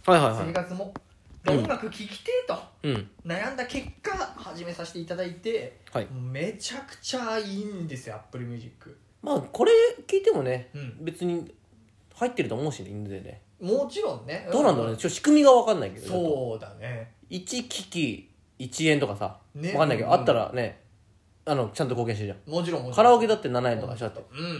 はいはいはい、 生活も音楽聴きてーと、 うん、 悩んだ結果始めさせていただいて、 はい、 めちゃくちゃいいんですよ Apple Music。 まあこれ聞いてもね、 うん、 別に入ってると思うしね、犬でね。 もちろんね、 どうなんだろうね、仕組みが分かんないけど、 そうだね、 1機器1円とかさ、 ね、 分かんないけど、あったらね、ちゃんと貢献してるじゃん。 もちろんカラオケだって7円とかしちゃって、 うんうん、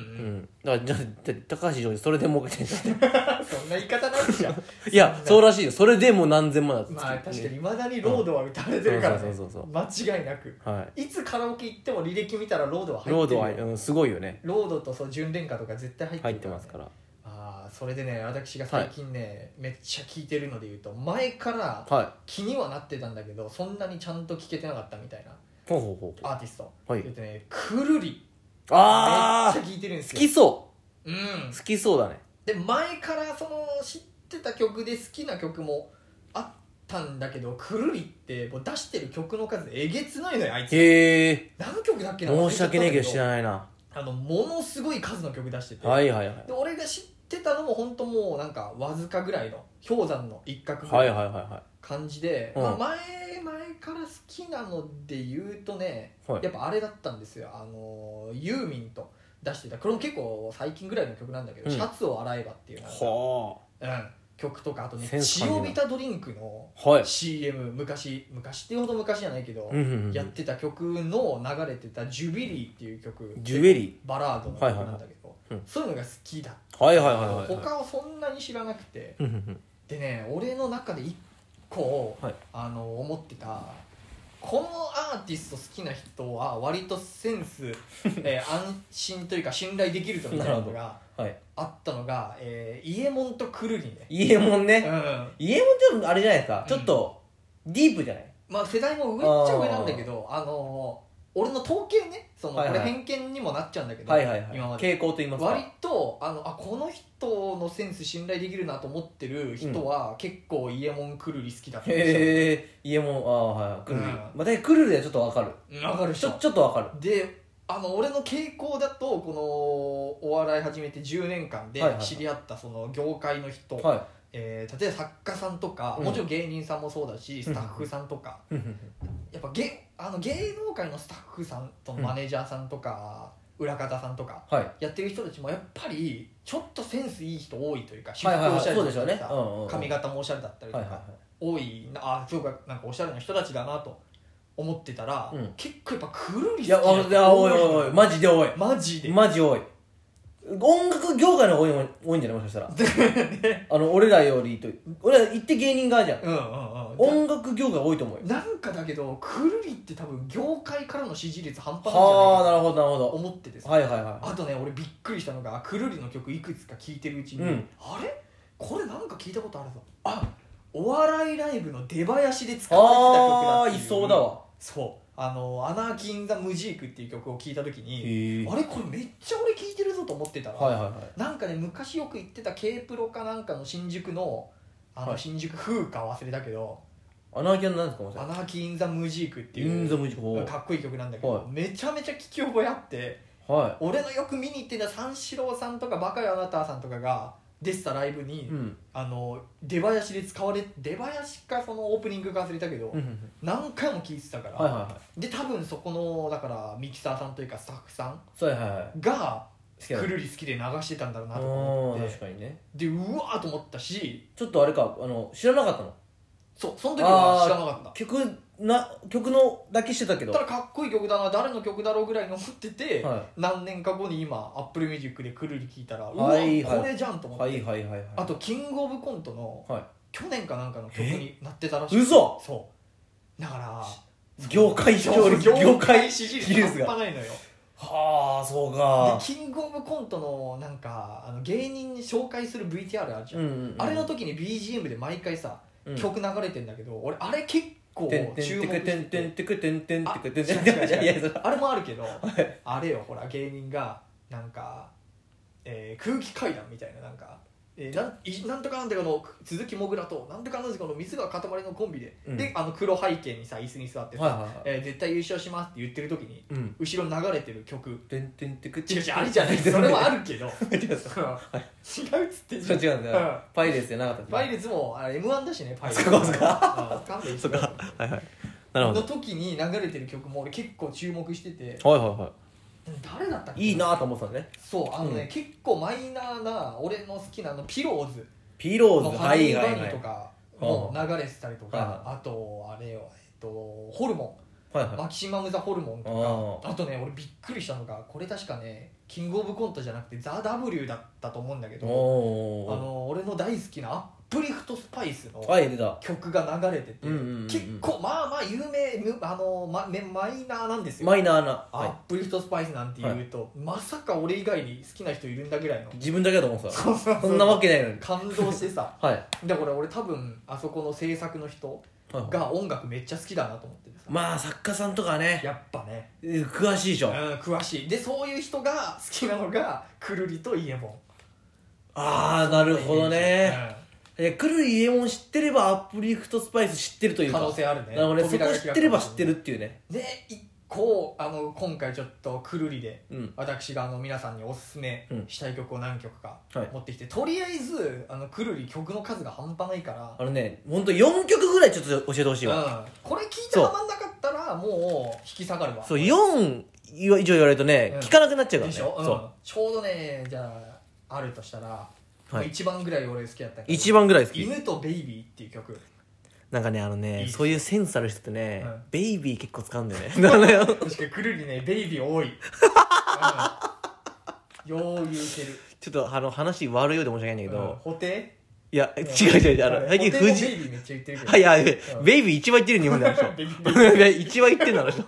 だからじゃあ高橋ジョージそれで儲けてんじゃんそんな言い方ないじゃんいやそうらしいよ。それでもう何千万だって。 まあ確かに未だにロードは歌われてるからね、 そう間違いなく、 はい、 いつカラオケ行っても履歴見たらロードは入ってるよ。 ロードは、すごいよね。 ロードとそう純恋歌とか絶対入ってる、 入ってますから。 それでね、私が最近ね、めっちゃ聴いてるので言うと、前から気にはなってたんだけど、そんなにちゃんと聴けてなかったみたいなほうほうほうアーティスト、 はいね、くるり、 あめっちゃ聴いてるんですよ。 好きそう、 うん、 好きそうだね。 で前からその知ってた曲で好きな曲もあったんだけど、くるりってもう出してる曲の数えげつないのよ、あいつ。 へえ、 何曲だっけな、 申し訳ねえけど知らないな。 ものすごい数の曲出してて、 はいはいはい、 で俺が知ってたのも本当もうなんかわずかぐらいの氷山の一角ぐらいの感じで、 はいはいはいはい、 まあ、前から好きなので言うとね、 はい、 やっぱあれだったんですよ、ユーミンと出してた、これも結構最近ぐらいの曲なんだけど、シャツを洗えばっていうは曲とか、あとねセンス感じるな。 塩ビタドリンクのはい CM、昔っていうほど昔じゃないけど、 うんうんうん、 やってた曲の流れてたジュビリーっていう曲、 ジュベリバラードの曲なんだけど、 はいはいはい、 そういうのが好きだった、 はいはいはいはい、 他をそんなに知らなくてうんうんうん、 でね、俺の中で一個、 はい、 思ってた、このアーティスト好きな人は割とセンス、安心というか信頼できるとみたいなのがあったのが、イエモンとクルリね。 イエモンね、 うん、 イエモンってあれじゃないですか、ちょっとディープじゃない、 まあ世代も上っちゃ上なんだけど、俺の統計ね、その、 はいはい、 これ偏見にもなっちゃうんだけど、 はいはいはい、 今まで傾向と言いますか、 割とこの人のセンス信頼できるなと思ってる人は、結構イエモンクルリ好きだったんですよ。 へえ、イエモン、はい、クルリ、 うん、 またクルリでちょっとわかる、 わかる人ちょっとわかる。 で、俺の傾向だと、このお笑い始めて10年間で知り合ったその業界の人、 はい、 例えば作家さんとか、もちろん芸人さんもそうだし、スタッフさんとか、やっぱ芸能界のスタッフさんとマネージャーさんとか、裏方さんとか、やってる人たちもやっぱりちょっとセンスいい人多いというか、私服おしゃれだったりさ、髪型もおしゃれだったりとか多いな、今日がなんかおしゃれな人たちだなと思ってたら、結構やっぱくるり好きな人多い。 いや、おいおい、マジで多い、 マジ多い。 音楽業界の方が多いんじゃない、もしかしたら俺らよりと、俺ら言って芸人側じゃん、音楽業界多いと思うよ。 なんかだけどくるりって多分業界からの支持率半端ないんじゃないかななと思っててさ、 あとね、俺びっくりしたのが、くるりの曲いくつか聴いてるうちに、あれこれなんか聞いたことあるぞ、お笑いライブの出囃子で使われてた曲だっていう。 いそうだわ。 そう、アナーキー・イン・ザ・ムジークっていう曲を聴いた時に、あれこれめっちゃ俺聴いてるぞと思ってたら、なんかね、昔よく行ってた K プロかなんかの新宿の新宿風か忘れたけど、 アナーキーなんですか、 アナーキー・イン・ザ・ムジークっていうかっこいい曲なんだけど、めちゃめちゃ聴き覚えあって、俺のよく見に行ってた三四郎さんとかバカよあなたさんとかが出てたライブに、出囃子で使われ、出囃子かそのオープニングか忘れたけど、何回も聴いてたから、で多分そこのだからミキサーさんというかスタッフさんがくるり好きで流してたんだろうなと思って、 確かにね。 でうわーと思ったし、 ちょっとあれか、知らなかったの。 その時は知らなかった。 曲のだけしてたけど、 ただかっこいい曲だな、誰の曲だろうぐらいに思ってて、何年か後に今 Apple Music でくるり聴いたら、うわこれじゃんと思って、あとキングオブコントの去年かなんかの曲になってたらしい。 嘘。 そうだから業界支持率半端ないのよ。 はあ、そうか。 でキングオブコントのなんか芸人に紹介する VTR あるじゃん、あれの時に BGM で毎回さ、曲流れてんだけど、俺あれ結構注目してあれもあるけど、あれよ、ほら芸人がなんか、空気階段みたいな、なんかなんとかなんとかの鈴木もぐらとなんとかなんとかの水川かたまりのコンビで、で黒背景にさ椅子に座ってさ、絶対優勝しますって言ってる時に、後ろに流れてる曲てんてんてく違うあれじゃないそれはあるけど違うっつって違うんだよパイレーツじゃなかったパイレーツもM1 だしねパイレーツそうか勘弁してそっかはいはいなるほどの時に流れてる曲も俺結構注目しててはいはいはい誰だったっけいいなと思ってたねそう結構マイナーな俺の好きなピローズのハニーバニーとかも流れてたりとか、あとあれよホルモン、マキシマム・ザ・ホルモンとかあとね俺びっくりしたのがこれ確かねキングオブコントじゃなくてザ・ W だったと思うんだけど俺の大好きなアップリフトスパイスの曲が流れてて結構まあ有名マイナーなんですよマイナーなアップリフトスパイスなんて言うとまさか俺以外に好きな人いるんだぐらいの自分だけだと思ってたそんなわけないのに感動してさだから俺多分あそこの制作の人が音楽めっちゃ好きだなと思ってさまあ作家さんとかねやっぱね詳しいでしょ詳しいでそういう人が好きなのがくるりとイエモンああなるほどねくるりイエモン知ってればアップリフトスパイス知ってるというか可能性あるねなるほどねそこ知ってれば知ってるっていうねで一個今回ちょっとくるりで、私が皆さんにおすすめしたい曲を何曲か持ってきて、とりあえずくるり曲の数が半端ないからほんと4曲ぐらいちょっと教えてほしいわ、 これ聞いてはまんなかったらもう引き下がるわそう4以上言われるとね、聞かなくなっちゃうからねでしょ、ちょうどねじゃあるとしたら、一番ぐらい俺好きだったけど一番ぐらい好き犬とベイビーっていう曲なんかねそういうセンスある人ってね、ベイビー結構使うんだよね確かにくるりねベイビー多いよう言うてるちょっと話悪いようで申し訳ないんだけど布袋いや違う最近ベイビーめっちゃ言ってるけどいやベイビー一番言ってる日本である人一番言ってんのあの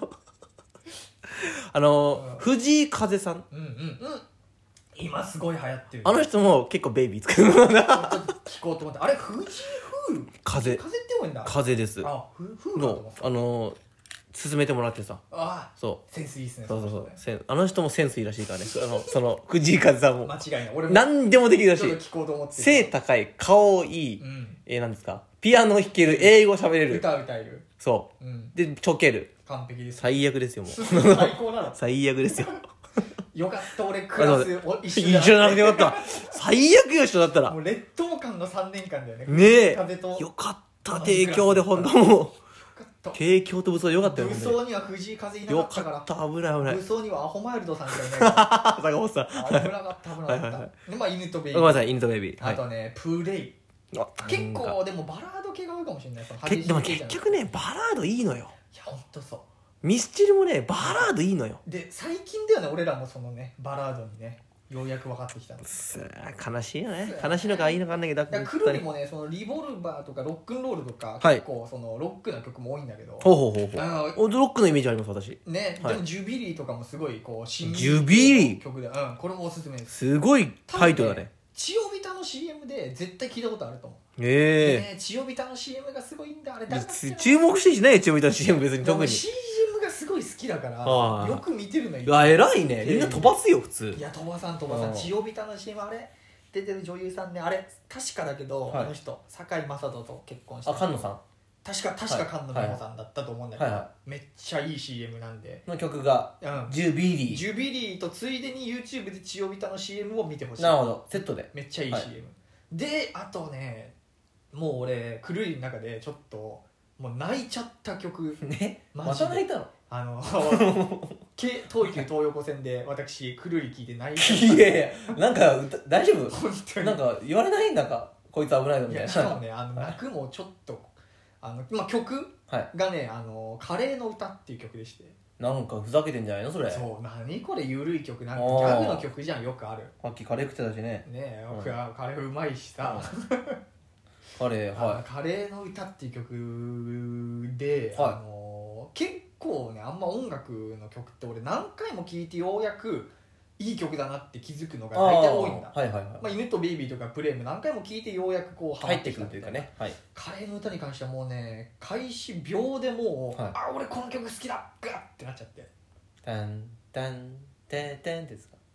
人藤井風さん今すごい流行ってるあの人も結構ベイビー使う聞こうと思ってあれ藤井風って読むんだ風ですの勧めてもらってさそうセンスいいっすねそうあの人もセンスいいらしいからねその藤井風さんも間違いない俺も何でもできるらしい聞こうと思って背高い顔いい何ですかピアノ弾ける英語喋れる歌えるそうでちょける完璧です最悪ですよもう最高なの最悪ですよよかった俺クラス一緒じゃなくてよかった最悪よ一緒だったらもう劣等感の3年間だよねねえよかった帝京で本当もう帝京と武装よかったよ武装には藤井風いなかったからよかった危ない武装にはアホマイルドさんしかいないから坂本さん危なかったでまあ犬とベイビーごめんなさい犬とベイビーあとねプレイ結構でもバラード系が多いかもしれないでも結局ねバラードいいのよいやほんとそうミスチルもねバラードいいのよで最近だよね俺らもそのねバラードにねようやく分かってきたの悲しいよね悲しいのかいいのかあんだけどくるりもねそのリボルバーとかロックンロールとか結構そのロックな曲も多いんだけどほうロックのイメージあります私ねでもジュビリーとかもすごいこうジュビリー曲でこれもおすすめですすごいタイトルだね千代ビタの CM で絶対聞いたことあると思う千代ビタの CM がすごいんだあれ注目してしない千代ビタの CM 別に特に CM がすごい好きだからよく見てるのよ偉いねみんな飛ばすよ普通いや飛ばさん千代ビタの CM あれ出てる女優さんねあれ確かだけどあの人堺雅人と結婚して菅野さん確か菅野美穂さんだったと思うんだけどめっちゃいい CM なんでの曲がジュビリーとついでに YouTube で千代ビタの CM を見てほしいなるほどセットでめっちゃいい CM であとねもう俺くるりの中でちょっともう泣いちゃった曲ねまた泣いたの東急東横線で私くるり聞いて泣いちゃったいやいやなんか大丈夫なんか言われないなんかこいつ危ないのみたいなしかもね泣くもちょっと曲がねカレーの歌っていう曲でしてなんかふざけてんじゃないのそれそう何これゆるい曲なんかギャグの曲じゃんよくあるさっきカレー食ってたしねカレーうまいしさカレーカレーの歌っていう曲で結構ねあんま音楽の曲って俺何回も聴いてようやくいい曲だなって気づくのが大体多いんだ犬とベイビーとかプレイも何回も聴いてようやくこう入ってくるというかねカレーの歌に関してはもうね開始秒でもう俺この曲好きだガッってなっちゃってタンタンテンテンですか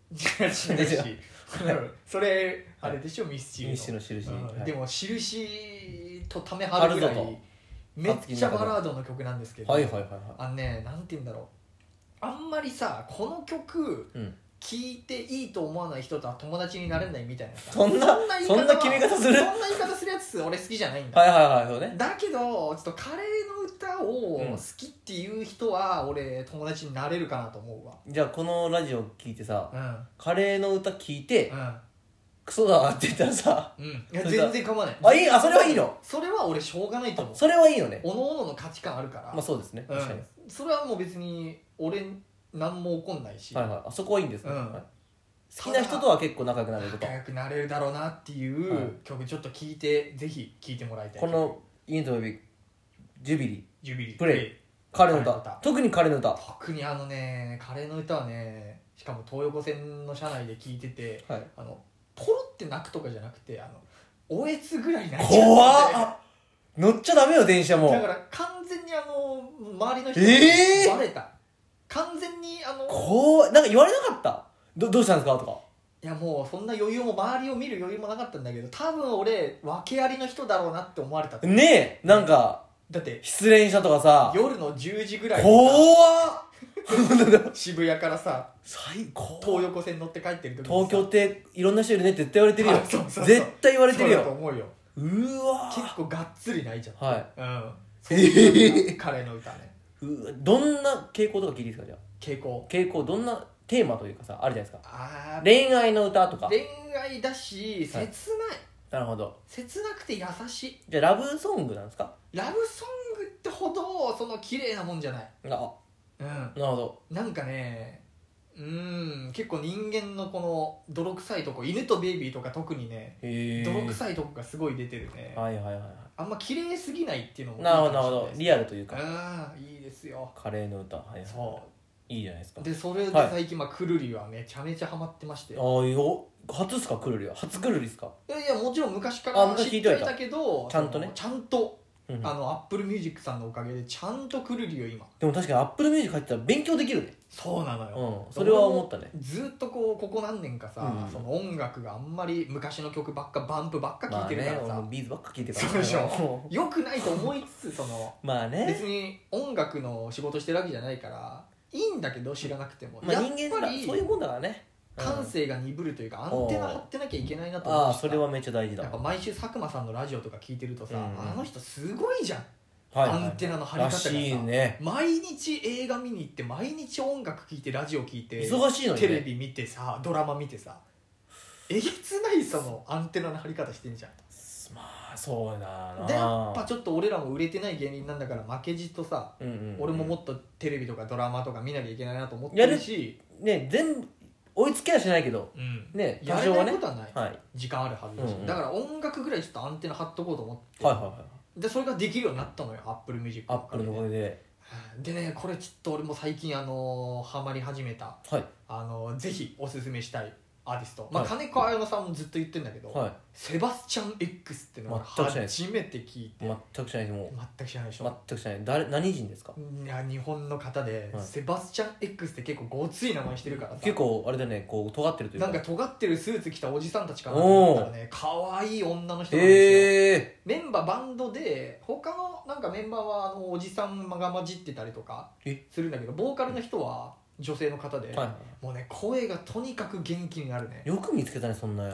印それあれでしょ、ミスチルのミスチルの印、 はい、でも印とためはるぐらいめっちゃバラードの曲なんですけど、 はいはいはいはい、 あのね、なんて言うんだろう、あんまりさこの曲聴いていいと思わない人とは友達になれないみたいなさ、 そんな決め方する、 そんな言い方するやつ俺好きじゃないんだ。 はいはいはい、そうね。 だけどちょっとカレーの歌を好きっていう人は俺友達になれるかなと思うわ。 じゃあこのラジオ聞いてさ、 うん、 カレーの歌聞いて、 うん、 クソだわって言ったらさ、 うん、いや全然構わない。 あ、いい、あ、それはいいの。 それは俺しょうがないと思う。 それはいいよね。 おのおのの価値観あるから。 まあそうですね、 うん、 確かに。 それはもう別に俺何も起こんないし、 はいはい、あそこはいいんですね、 うん、 はい、好きな人とは結構仲良くなれるとか、 仲良くなれるだろうなっていう曲ちょっと聴いて、ぜひ聴いてもらいたい。 このイントロビジュビリジュビリプレイ、カレーの歌、特にカレーの歌、 特にカレーの歌はね、しかも東横線の車内で聴いてて、 はい、 ポロって泣くとかじゃなくて、おえつぐらい泣いちゃう。 怖っ、乗っちゃダメよ電車も。 だから完全に周りの人にバレた、完全に怖い、なんか言われなかった、どうしたんですかとか。 いやもうそんな余裕も、周りを見る余裕もなかったんだけど、多分俺訳ありの人だろうなって思われたねえ、なんかだって失恋したとかさ、 夜の10時ぐらいに怖っ渋谷からさ、 最高、 東横線乗って帰ってる時にさ、 東京っていろんな人いるねって絶対言われてるよ。 そうそうそう、 絶対言われてるよ。 そうだと思うよ。 うわ結構がっつり泣いちゃって、 はい、 うん、そういう彼の歌ね。 どんな傾向とか聞いていいですか。じゃあ傾向、どんなテーマというかさ、あるじゃないですか。恋愛の歌とか。 恋愛だし切ない、はい、 なるほど、 切なくて優しい。 じゃあラブソングなんですか。 ラブソングってほどその綺麗なもんじゃない。 あ、 うん、 なるほど。 なんかね、結構人間のこの泥臭いとこ、犬とベイビーとか特にね、泥臭いとこがすごい出てるね。 はいはいはい。 あんま綺麗すぎないっていうのもいいなるかもしれないほど、リアルというか。 いいですよカレーの歌、はいはい、 そういいじゃないですか。 でそれで最近、くるりはめちゃめちゃハマってまして。 ああ、よ、初っすか、くるりは。初くるりっすか。 いやもちろん昔から知っていたけど、 ちゃんとね、 ちゃんとアップルミュージックさんのおかげでちゃんとくるりよ今。 でも確かにアップルミュージック入ってたら勉強できるね。 そうなのよ、 それは思ったね。 ずっとここ何年かさ、その音楽があんまり昔の曲ばっか、バンプばっか聴いてるからさ、 ビーズばっか聴いてるから。 そうでしょよくないと思いつつ、 まあね、 別に音楽の仕事してるわけじゃないからいいんだけど、知らなくても、 まあ、人間はそういうもんだからね。 感性が鈍るというか、アンテナ張ってなきゃいけないなと思うし、 それはめっちゃ大事だ。 やっぱ毎週佐久間さんのラジオとか聞いてるとさ、あの人すごいじゃん、 はい、 アンテナの張り方がさ、 いいね、 毎日映画見に行って、毎日音楽聴いて、ラジオ聴いて、 忙しいのにね、 テレビ見てさ、ドラマ見てさ、えげつないそのアンテナの張り方してんじゃん。 まあそうだな。 でやっぱちょっと俺らも売れてない芸人なんだから、負けじとさ、俺ももっとテレビとかドラマとか見なきゃいけないなと思ってるし、 ね、全部追いつけはしないけど、ね、 やれないことはない、 はい、 時間あるはずだし、だから音楽ぐらいちょっとアンテナ張っとこうと思って、 はいはいはい、 でそれができるようになったのよ、アップルミュージック。 アップルのおかげで。 でね、これちょっと俺も最近ハマり始めた、 はい、 ぜひおすすめしたいアーティスト、金子綾乃さんもずっと言ってんだけど、セバスチャン X ってのは初めて聞いて。 全く知らない。もう全く知らないでしょ。 全く知らない。何人ですか。 いや日本の方で、セバスチャン X って結構ごつい名前してるからさ、 結構あれだね、こう尖ってるというか、 なんか尖ってるスーツ着たおじさんたちかなと思ったらね、可愛い女の人なんですよ。メンバーバンドで、他のなんかメンバーはおじさんが混じってたりとかするんだけど、ボーカルの人は女性の方で、もうね、声がとにかく元気になるね。 よく見つけたね、そんな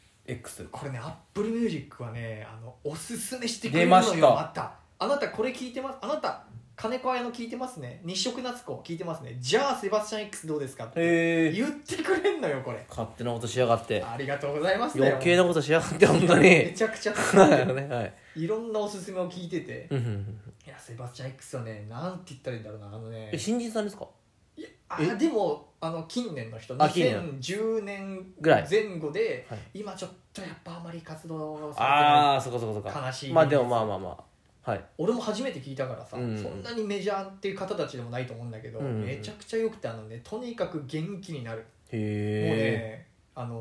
X。 これね、アップルミュージックはね、おすすめしてくれるのよ。またあなたこれ聞いてます、あなた金子綾乃聞いてますね、日食夏子聞いてますね、じゃあセバスチャン X どうですかって言ってくれんのよ。これ勝手なことしやがって。 ありがとうございますね。余計なことしやがって本当にめちゃくちゃいろんなおすすめを聞いてて、いやセバスチャン X はね、なんて言ったらいいんだろうな、 新人さんですか。 いやでも近年の人、2010年前後で、今ちょっとやっぱあまり活動されてない。 そこそこ悲しい。 まあでもまあ、はい、 俺も初めて聞いたからさ、そんなにメジャーっていう方たちでもないと思うんだけど、めちゃくちゃよくて、とにかく元気になる。もうね、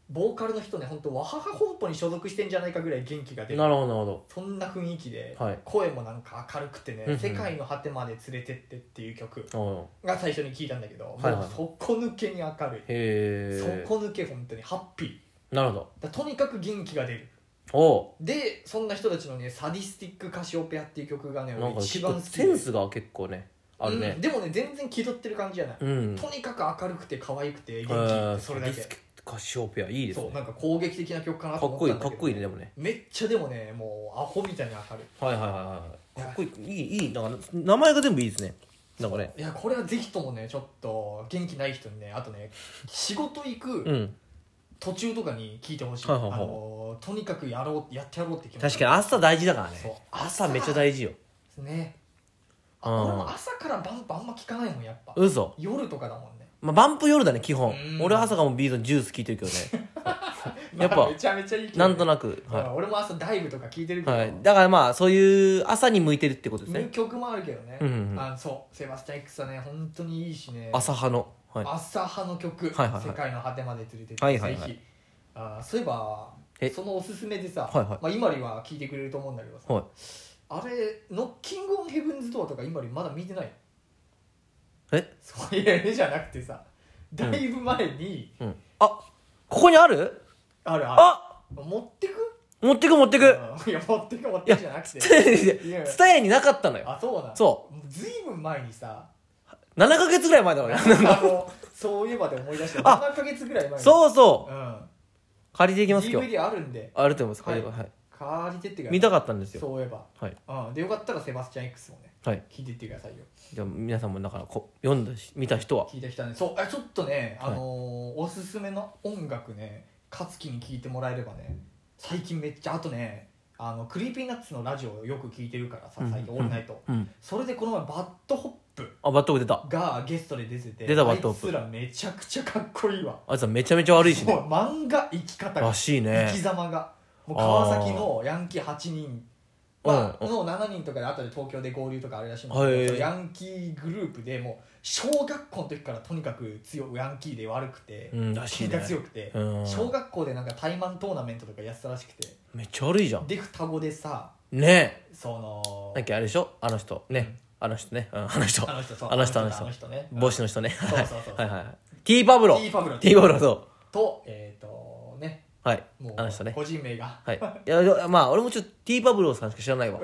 ボーカルの人ね本当ワハハ本舗に所属してんじゃないかぐらい元気が出る。 なるほどなるほど。 そんな雰囲気で、 はい、 声もなんか明るくてね、 うんうん、 世界の果てまで連れてってっていう曲が最初に聞いたんだけど、 はいはい、 もう底抜けに明るい、底抜け本当にハッピー。なるほど。 だとにかく元気が出る。でそんな人たちのねサディスティックカシオペアっていう曲がねなんか一番好きで、 センスが結構ねあるね、 でもね全然気取ってる感じじゃない、とにかく明るくて可愛くて元気ってそれだけ。 カシオペアいいですね。 そうなんか攻撃的な曲かなと思ったんだけど、 かっこいいね。でもねめっちゃでもねもうアホみたいに明るい。 はいはいはいはい。かっこいいなんか名前が全部いいですね。なんかねいやこれはぜひともねちょっと元気ない人にねあとね仕事行く、途中とかに聞いてほしい、とにかくやってやろうって気持ち。 確かに朝大事だからね。 そう朝めっちゃ大事よね。俺も朝からバンプあんま聞かないもんやっぱ。 嘘。 夜とかだもんね。 まあ、バンプ夜だね基本。俺朝からもビートのジュース聞いてるけどねやっぱめちゃめちゃいいけど、ね、 なんとなく、 俺も朝ダイブとか聞いてるけど、 だからまあそういう朝に向いてるってことですね。 曲もあるけどね、そうセバスチャン X はね本当にいいしね。 朝派の、 朝派の曲、世界の果てまで連れてって、ぜひそういえばそのおすすめでさ、今里は聞いてくれると思うんだけどさ、あれノッキングオンヘブンズドアとか今里まだ見てない？そういうじゃなくてさ、だいぶ前に、 あ、ここにある？ ある。持ってく？ 持ってく、いや持ってくじゃなくてツタヤになかったのよ。 そうなん。 そうずいぶん前にさ 7ヶ月ぐらい前だからねそういえばで思い出した。7ヶ月ぐらい前にそう借りていきますよ。 DVD あるんで。 あると思います。 借りてってください。 見たかったんですよ。 そういえばでよかったらセバスチャン X もね聞いてってくださいよ。 じゃあ皆さんもだから読んだし見た人は聞いた人はね、そうちょっとねおすすめの音楽ね勝樹に聞いてもらえればね、最近めっちゃあとねクリーピーナッツのラジオをよく聞いてるからさ、最近オールナイト、それでこの前バッドホップバッドホップ出たがゲストで出てて、 バッドホップあいつらめちゃくちゃかっこいいわ。 あいつらめちゃめちゃ悪いしね。 もう漫画生き方がらしいね。 生き様がもう川崎のヤンキー8人の7人とかで後で東京で合流とかあるらしいんだけど、ヤンキーグループでもう小学校の時からとにかく強いヤンキーで悪くて、気が強くて、小学校でなんかタイマントーナメントとかやってたらしくて、 めっちゃ悪いじゃん。 で双子でさね、 そのなんかあれでしょ、あの人ね、あの人ね、帽子の人ね、 そうティーパブロそうとね、 もうあの人ね、 個人名がいやまあ俺もちょっとティーパブロさんしか知らないわ。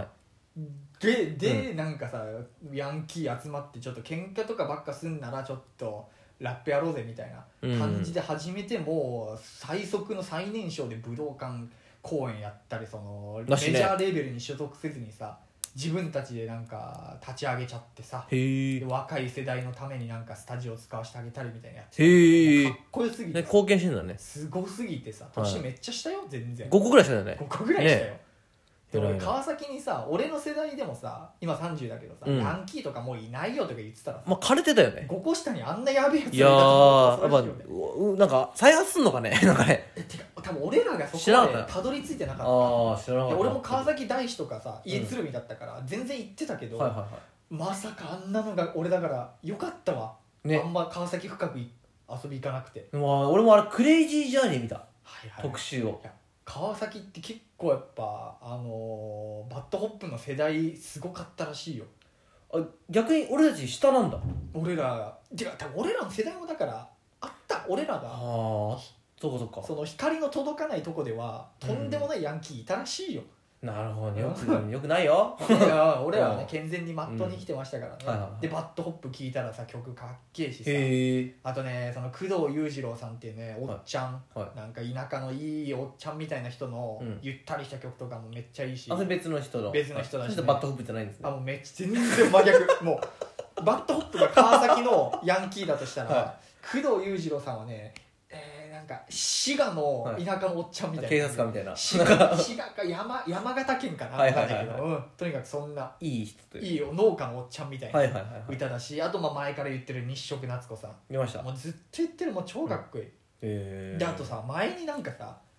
でなんかさヤンキー集まってちょっと喧嘩とかばっかすんならちょっとラップやろうぜみたいな感じで始めて、もう最速の最年少で武道館公演やったり、そのメジャーレーベルに所属せずにさ自分たちでなんか立ち上げちゃってさ、若い世代のためになんかスタジオ使わせてあげたりみたいなやつかっこよすぎて貢献してんだね。 すごすぎてさ、年めっちゃ下よ全然。 5個ぐらい下だよね。 5個ぐらい下よ。で俺川崎にさ、俺の世代でもさ今30だけどさ、ヤンキーとかもういないよとか言ってたらさ、 枯れてたよね。 5個下にあんなやべえやついやー、やっぱなんか再発すんのかねなんかね。 てか多分俺らがそこまでたどり着いてなかった。 知らなかった。 俺も川崎大師とかさ家鶴見だったから全然行ってたけど、まさかあんなのが俺だからよかったわ、あんま川崎深く遊び行かなくて。 俺もあれクレイジージャーニー見た、特集を。 川崎って結構やっぱバッドホップの世代すごかったらしいよ。 逆に俺たち下なんだ。 俺らてか多分俺らの世代もだからあった。俺らがそうかその光の届かないとこではとんでもないヤンキーいたらしいよ。 なるほどね。よくないよ。 いや俺らはね健全にまっとうに生きてましたからね。でバッドホップ聞いたらさ曲かっけえしさ、あとねその工藤裕次郎さんっていうねおっちゃん、なんか田舎のいいおっちゃんみたいな人のゆったりした曲とかもめっちゃいいし。 別の人だし、 ね、 バッドホップじゃないんですね。 もうめっちゃ全然真逆もうバッドホップが川崎のヤンキーだとしたら、工藤裕次郎さんはねなんか滋賀の田舎のおっちゃんみたいな、 警察官みたいな、 滋賀か山形県かな、とにかくそんないい人といういい農家のおっちゃんみたいな歌だし、あと前から言ってる日食夏子さん、 見ました。 もうずっと言ってる、もう超かっこいい。であとさ前になんかさ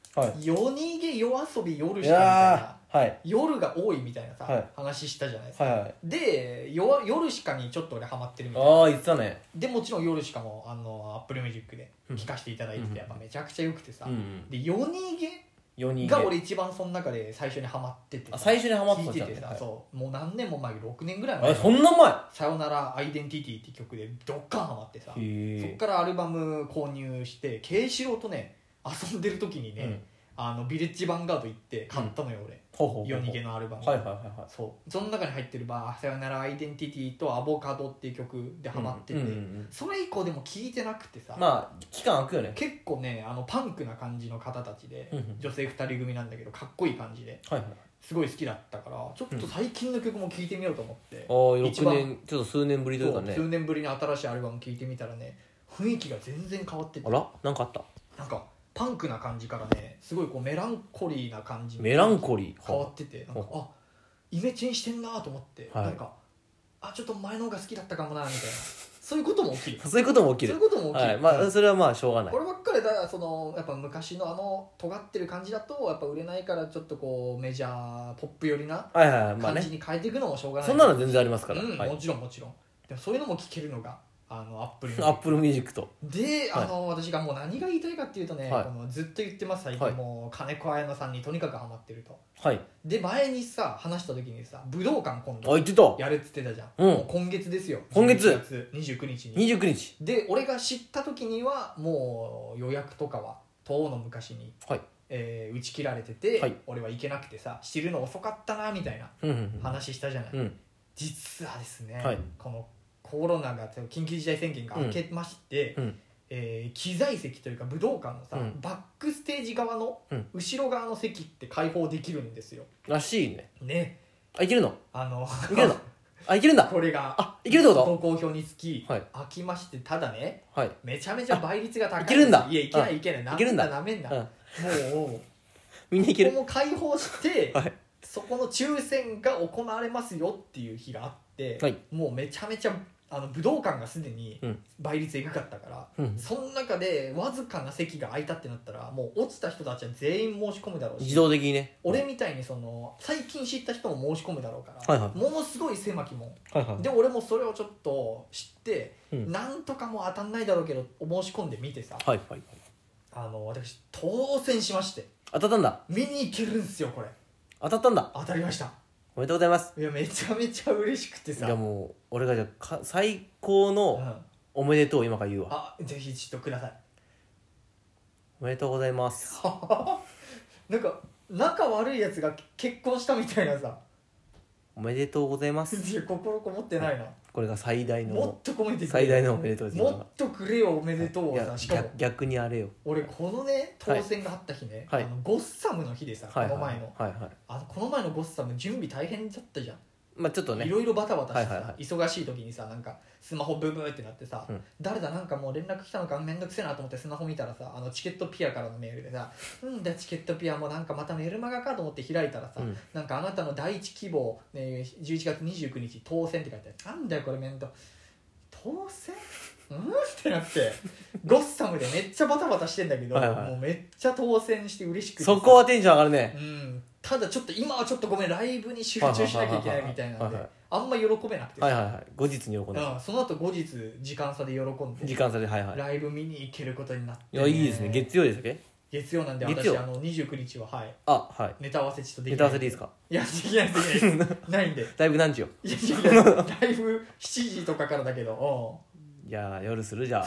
夜逃げ夜遊び夜しかみたいな、 はい、 夜が多いみたいなさ、話したじゃないですか、で夜しかにちょっと俺ハマってるみたいな。 ああ言ってたね。 でもちろん夜しかもApple Music で聴かせていただいてて、やっぱめちゃくちゃ良くてさ、で夜逃げが俺一番その中で最初にハマってて、 最初にハマってた聴いててさ、そうもう何年も前、6年ぐらい前、 そんな前。 さよならアイデンティティって曲でドッカンハマってさ、そっからアルバム購入して慶四郎とね遊んでる時にね、ビレッジヴァンガード行って買ったのよ、俺。夜逃げのアルバム。その中に入ってるさよならアイデンティティとアボカドっていう曲でハマってて、それ以降でも聴いてなくてさ、 まあ期間空くよね。 結構ねパンクな感じの方たちで、女性2人組なんだけどかっこいい感じで、すごい好きだったから、ちょっと最近の曲も聴いてみようと思って、 6年ちょっと数年ぶりというかね、 数年ぶりに新しいアルバム聴いてみたらね、雰囲気が全然変わってて、 あらなんかあった。 なんかパンクな感じからね、すごいこうメランコリーな感じにメランコリー変わってて、なんかイメチェンしてんなと思って、なんかちょっと前の方が好きだったかもなみたいな、そういうことも起きるそういうことも起きる、まあそれはまあしょうがない。 こればっかりだ、やっぱ昔の尖ってる感じだとやっぱ売れないから、ちょっとこうメジャーポップ寄りな感じに変えていくのもしょうがない。 そんなの全然ありますから、 もちろんでもそういうのも聴けるのがアップルミュージックと。 で、私がもう何が言いたいかっていうとね、ずっと言ってます、最近もう金子綾乃さんにとにかくハマってると。で前にさ話した時にさ、武道館今度やるっつってたじゃん。もう今月ですよ、 今月 29日に 29日で、俺が知った時にはもう予約とかは遠の昔に打ち切られてて、俺は行けなくてさ、知るの遅かったなみたいな話したじゃない。実はですね、このコロナが緊急事態宣言が明けまして、機材席というか武道館のさ、バックステージ側の後ろ側の席って開放できるんですよ。 らしいね。 ね。 いけるの？いけるの？いけるんだ。 これがいけるってこと？ ご好評につき開きまして、ただね、めちゃめちゃ倍率が高い。 いけるんだ。 いやいけないいけない。なめんだなめんだ。もうみんないける。 ここも開放してそこの抽選が行われますよっていう日があって、もうめちゃめちゃ武道館がすでに倍率エグかったから、その中でわずかな席が空いたってなったら、もう落ちた人たちは全員申し込むだろうし、 自動的にね、 俺みたいに最近知った人も申し込むだろうから、ものすごい狭き門、で俺もそれをちょっと知って、なんとかもう当たんないだろうけど申し込んでみてさ、私当選しまして。 当たったんだ。 見に行けるんすよこれ。 当たったんだ。 当たりました。 おめでとうございます。 いやめちゃめちゃ嬉しくてさ。 いやもう俺がじゃあ最高のおめでとうを今から言うわ。 ぜひちょっとください。 おめでとうございます。 なんか仲悪いやつが結婚したみたいなさ。 おめでとうございます。 いや心こもってないな。 これが最大のもっと込めてくれ、 最大のおめでとうです。 もっとくれよおめでとうをさ。しかも逆にあれよ。 俺このね当選があった日ね、ゴッサムの日でさ、この前のこの前のゴッサム準備大変だったじゃん。 まあちょっとね、 いろいろバタバタしてさ、忙しい時にさ、なんかスマホブーブーってなってさ、誰だなんかもう連絡来たのかめんどくせえなと思ってスマホ見たらさ、チケットピアからのメールでさ、チケットピアもなんかまたメルマガかと思って開いたらさ、なんかあなたの第一希望、11月29日当選って書いてある。なんだよこれめんど当選ってなって、ゴッサムでめっちゃバタバタしてんだけど、もうめっちゃ当選して嬉しくて、 そこはテンション上がるね。 ただちょっと今はちょっとごめん、ライブに集中しなきゃいけないみたいなんで、あんま喜べなくて、 後日に喜んで、 その後後日時間差で喜んで、ライブ見に行けることになって、 いやいいですね。月曜でしたっけ？ 月曜なんで、私29日はネタ合わせちょっとできない。 ネタ合わせでいいですか？ いやできないですないんで。 ライブ何時よ？ いやライブ7時とかからだけど、 いや夜するじゃん。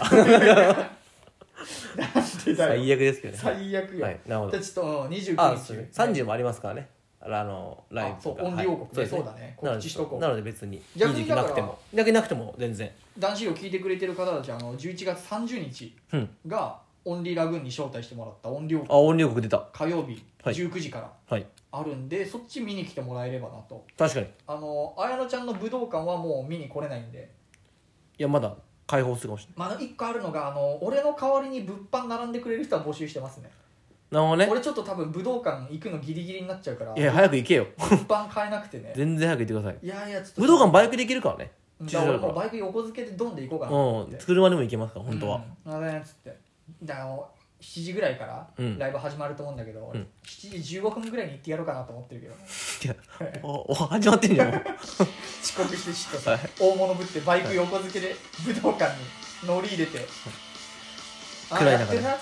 なんでだよ、 最悪ですけどね。 最悪よ。 なるほど。 ちょっと29日 30もありますからね、ライブとか。 オンリー王国で、そうだね、告知しとこう。 なので別に逆になくても全然。 男子を聞いてくれてる方たち、11月30日がオンリーラグーンに招待してもらったオンリー王国。 オンリー王国出た。 火曜日19時からあるんで、そっち見に来てもらえればなと。 確かに。 綾乃ちゃんの武道館はもう見に来れないんで。 いやまだ開放するかもしれない。 1個あるのが、俺の代わりに物販並んでくれる人は募集してますね。 なるほどね。 俺ちょっと多分武道館行くのギリギリになっちゃうから。 いや早く行けよ。 物販買えなくてね。 全然早く行ってください。 いやちょっと武道館バイクで行けるからね。 俺もバイク横付けでドンで行こうかなと思って。 車でも行けますから本当は。 つって。 7時ぐらいからライブ始まると思うんだけど、7時15分ぐらいに行ってやろうかなと思ってるけど、 いや始まってんじゃんもう遅刻してちょっとさ、大物ぶってバイク横付けで武道館に乗り入れて、 暗い中でっつって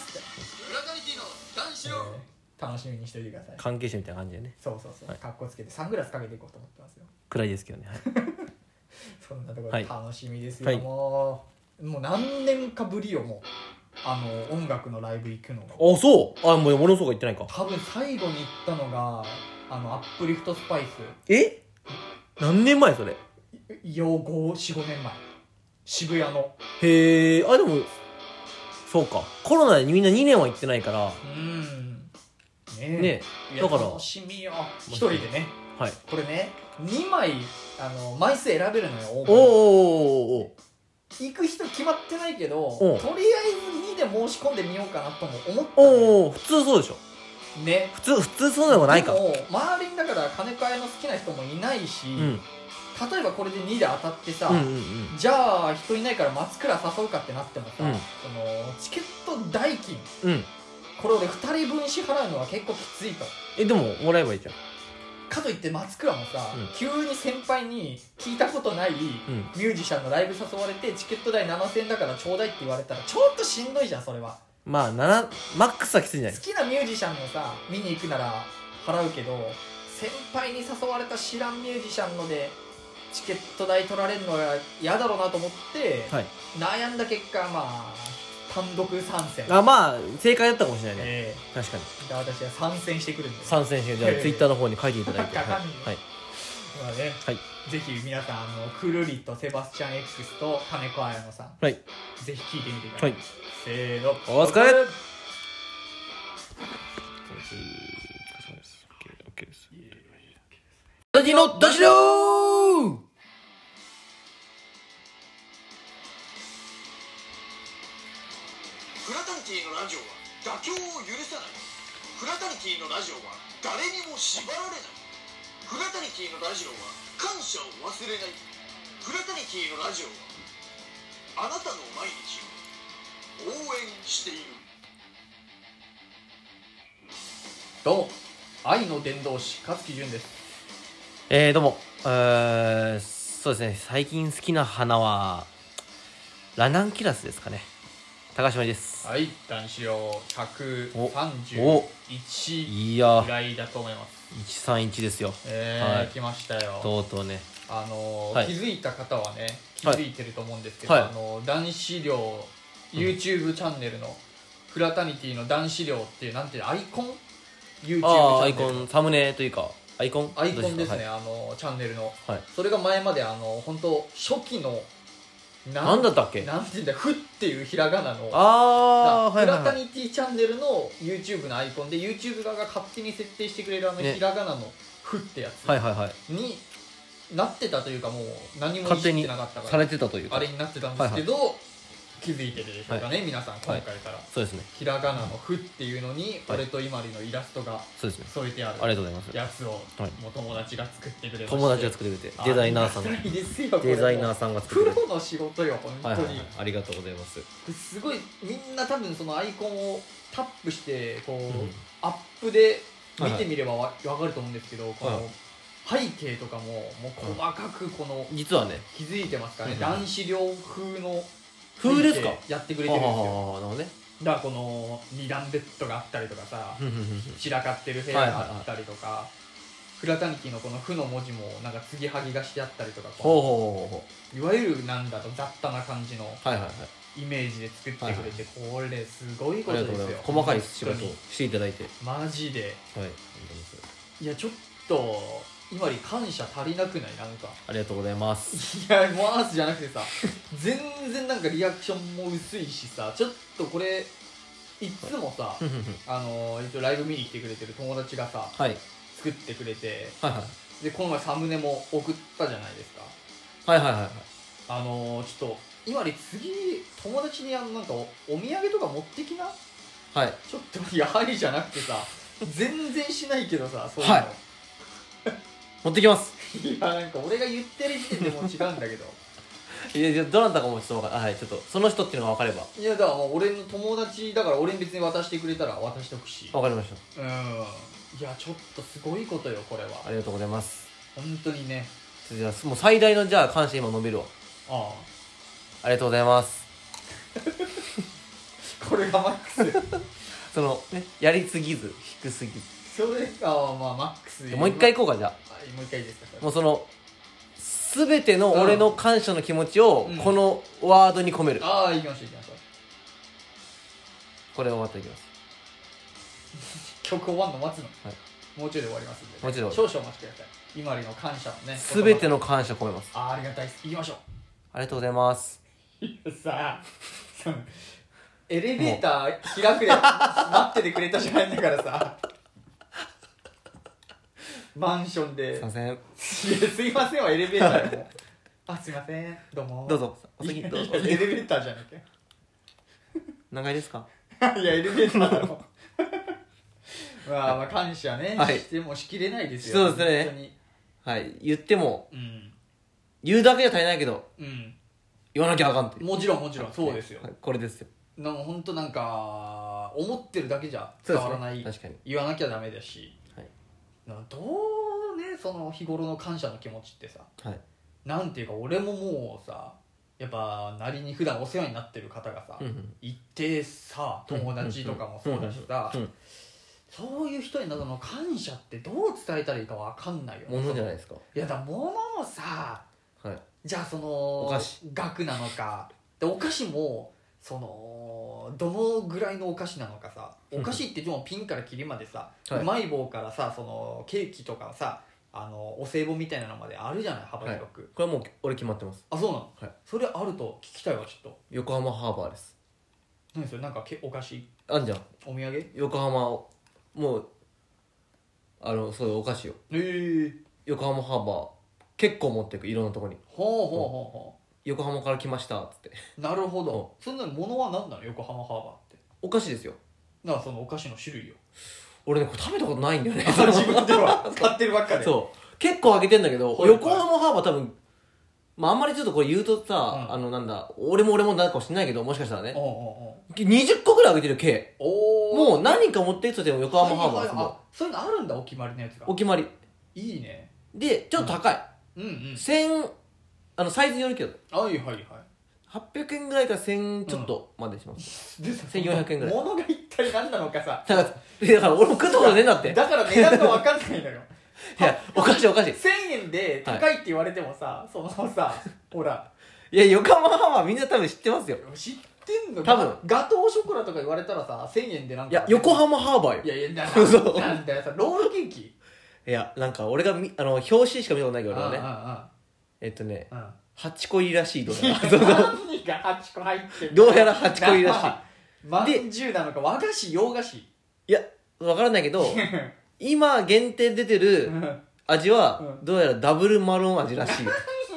楽しみにしておいてください。 関係者みたいな感じでね。 そう、格好つけてサングラスかけていこうと思ってますよ。 暗いですけどね、 そんなところで楽しみですよ、もう何年かぶりよ、もう音楽のライブ行くのが。 あ、そう。もうものすごく行ってないか。 多分最後に行ったのがアップリフトスパイス。 え、何年前それ。 4,5年前、渋谷の。 へえ。でもそうか、コロナでみんな2年は行ってないから。ねだから楽しみよ、一人でね。これね、2枚枚数選べるのよ。お行く人決まってないけど、とりあえず2で申し込んでみようかなとも思ったの。 普通そうでしょね。 普通そうでもないか。 でも周りにだから金子屋の好きな人もいないし、例えばこれで2で当たってさ、じゃあ人いないから松倉誘うかってなってもさ、そのチケット代金、これ俺2人分支払うのは結構きついと。 でももらえばいいじゃん。 かといって松倉もさ、急に先輩に聞いたことないミュージシャンのライブ誘われてチケット代7000円だからちょうだいって言われたらちょっとしんどいじゃん。それはまあマックスはきついんじゃない。 好きなミュージシャンのさ見に行くなら払うけど、先輩に誘われた知らんミュージシャンのでチケット代取られるのは嫌だろうなと思って、悩んだ結果単独参戦。 まあ正解だったかもしれないね。確かに。 じゃあ私は参戦してくるんで、 参戦して、じゃあツイッターの方に書いていただいて、 ぜひ皆さんくるりとセバスチャン X と金子綾乃さん、ぜひ聞いてみてください。せーの、 お疲れ。ダジのダジロー。 フラタニティのラジオは妥協を許さない。フラタニティのラジオは誰にも縛られない。フラタニティのラジオは感謝を忘れない。フラタニティのラジオはあなたの毎日を応援している。 どうも、愛の伝道師勝木潤です。 どうも、そうですね、最近好きな花はラナンキュラスですかね。高島です。 はい、男子量131ぐらいだと思います。 131ですよ。 来ましたよ。 とうとうね。 気づいた方はね、気づいてると思うんですけど、男子量 YouTube チャンネルのフラタニティの男子量っていう、なんていうアイコン YouTube チャンネルのアイコン、サムネというかアイコンですね、チャンネルの、それが前まで本当初期のなんだったっけ、 なんていうんだ、フっていうひらがなのフラタニティチャンネルの YouTube のアイコンで YouTube 側が勝手に設定してくれるひらがなのフってやつになってたというか、もう何もいじってなかったからされてたというか、 あれになってたんですけど、気づいてるでしょうかね、皆さん。今回からそうですね、 ひらがなのフっていうのに俺と今里のイラストが添えてあるやつを友達が作ってくれまして、 友達が作ってくれて、デザイナーさんが作ってくれて、 プロの仕事よ本当に。 ありがとうございます。 すごいみんな多分そのアイコンをタップしてこうアップで見てみればわかると思うんですけど、この背景とかも細かくこの実はね、 気づいてますかね、男子寮風の風ですかやってくれてるんですよ。 なるほどね。 だからこの2段ベッドがあったりとかさ、散らかってる部屋があったりとか、フラタニティのこの「フ」の文字もなんか継ぎはぎがしてあったりとか、いわゆるなんだと雑多な感じのイメージで作ってくれて、これすごいことですよ。 細かい仕事をしていただいてマジで、いやちょっと今に感謝足りなくない？なんかありがとうございます。 いやマースじゃなくてさ、全然なんかリアクションも薄いしさ、ちょっとこれいつもさライブ見に来てくれてる友達がさ、作ってくれて、でこの前サムネも送ったじゃないですか。ちょっと今に次友達になんかお土産とか持ってきな。ちょっとやはりじゃなくてさ、全然しないけどさ、そういうの持ってきます。 いやなんか俺が言ってる時点でもう違うんだけどいやどなたかもちょっと分かる、はい、ちょっとその人っていうのが分かれば。 いやだから俺の友達だから俺に別に渡してくれたら渡しとくし。 分かりました。 いやちょっとすごいことよこれは。 ありがとうございます。 本当にね。 じゃあもう最大のじゃあ感謝今述べるわ。ありがとうございます。 これがマックス。 そのね、やりすぎず低すぎず。 それがまあマックス。 もう一回行こうか。じゃあもう一回いいですか。 もうその全ての俺の感謝の気持ちをこのワードに込める。 ああ、行きましょう行きましょう。 これ終わっていきます。 曲終わんの待つの、 はい、 もうちょいで終わりますんで、 もちろん少々お待ちください。今里の感謝のね、 全ての感謝込めます。 ありがたいです。行きましょう。 ありがとうございます。 さあエレベーター開くで待っててくれたじゃないんだからさマンションですいません。 すいませんはエレベーターでもすいませんどうもどうぞお席どうぞ。 エレベーターじゃなきゃ何階ですか。 いやエレベーターだろまあ感謝ね、 はい、 してもしきれないですよ。 そうですね。はい、言っても、言うだけじゃ足りないけど、言わなきゃあかんって。 もちろんそうですよ、 はい、これですよ。 本当なんか思ってるだけじゃ伝わらない、 確かに言わなきゃダメだし、 はい、 どうねその日頃の感謝の気持ちってさ、 はい、 なんていうか俺ももうさやっぱなりに普段お世話になってる方がさ、いてさ友達とかもそうだしさ、そういう人になどの感謝ってどう伝えたらいいか分かんないよね。 ものじゃないですか。 いやだ物もさ、 はい、 じゃあそのお菓子額なのかでお菓子もそのどのぐらいのお菓子なのかさ、お菓子ってでもピンからキリまでさ、うまい棒からさそのケーキとかさお歳暮みたいなのまであるじゃない幅広く、 これはもう俺決まってます。 あそうなの、 はい、 それあると聞きたいわちょっと。 横浜ハーバーです。 何それなんかお菓子あんじゃんお土産横浜もうそういうお菓子よ。横浜ハーバー結構持っていくいろんなとこに。 ほう横浜から来ましたっつって。 なるほど。そんな物は何なの横浜ハーバーって。 お菓子ですよ。 だからそのお菓子の種類よ。 俺ねこれ食べたことないんだよね。 自分では買ってるばっかで。 そう結構あげてんだけど、横浜ハーバー多分あんまりちょっとこれ言うとさ、なんだ俺もなるかもしれないけど、もしかしたらね20個ぐらいあげてる計。もう何か持っていくとでも横浜ハーバーですもん。 そういうのあるんだお決まりのやつが。 お決まりいいね。 でちょっと高い。1000サイズによるけど800円ぐらいから1000ちょっとまでします。1400円ぐらい。 物が一体何なのかさ。 だから俺も食ったことねえんだって。 だから値段が分かんないのよ。 いやおかしい1000 円で高いって言われてもさ、そのさほらいや横浜ハーバーみんな多分知ってますよ。 知ってんの。 多分ガトーショコラとか言われたらさ1000円でなんか、 いや横浜ハーバーよ。 いやなんだよさロールケーキ。 いやなんか俺が表紙しか見たことないけど俺はね8個入りらしい。どうやら何が8個入ってる。 どうやら8個入りらしい。 まんじゅうなのか和菓子洋菓子。 いや分からないけど今限定出てる味はどうやらダブルマロン味らしいの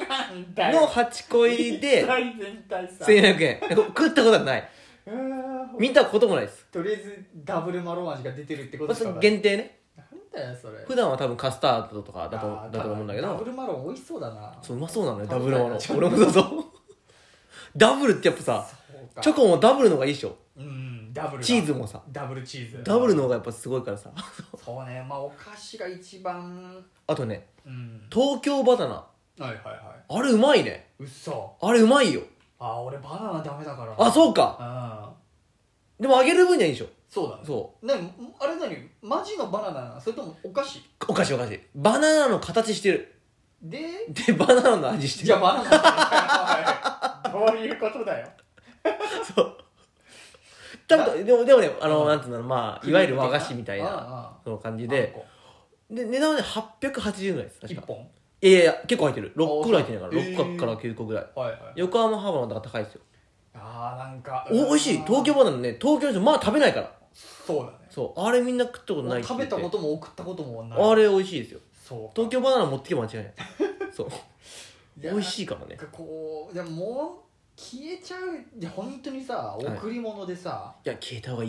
8個入りで1100円。食ったことはない。見たこともないです。 とりあえずダブルマロン味が出てるってことですか。 限定ね。 なんだよそれ。 普段は多分カスタードとかだと思うんだけど、 ダブルマロン美味しそうだな。 そううまそうなのねダブルマロン。俺もそうダブルってやっぱさチョコもダブルの方がいいでしょ。 ダブルチーズもさダブルチーズダブルの方がやっぱすごいからさ。 そうね。まあお菓子が一番。 あとね東京バナナあれうまいね。 うっそ。 あれうまいよ。 俺バナナダメだから。 あそうか。でもあげる分にはいいでしょ。 そうだね。そうあれ何マジのバナナなのそれともお菓子。 お菓子バナナの形してる。 でバナナの味してる。 じゃあバナナどういうことだよ。 そうでもねなんていうのまあいわゆる和菓子みたいなその感じで値段はね880円ぐらいです確か。1本。いや結構入ってる。6個ぐらい入ってるから6個から9個ぐらい。横浜ハーバーの方が高いですよ。 なんか美味しい。東京バナナね東京の人まあ食べないから。 そうだね。 そうあれみんな食ったことないって食べたことも送ったこともない。 あれ美味しいですよ。 そう東京バナナ持ってけば間違いない。そう美味しいからね。 こうでももう消えちゃう。本当にさ贈り物でさ、 いや消えた方がいいよ。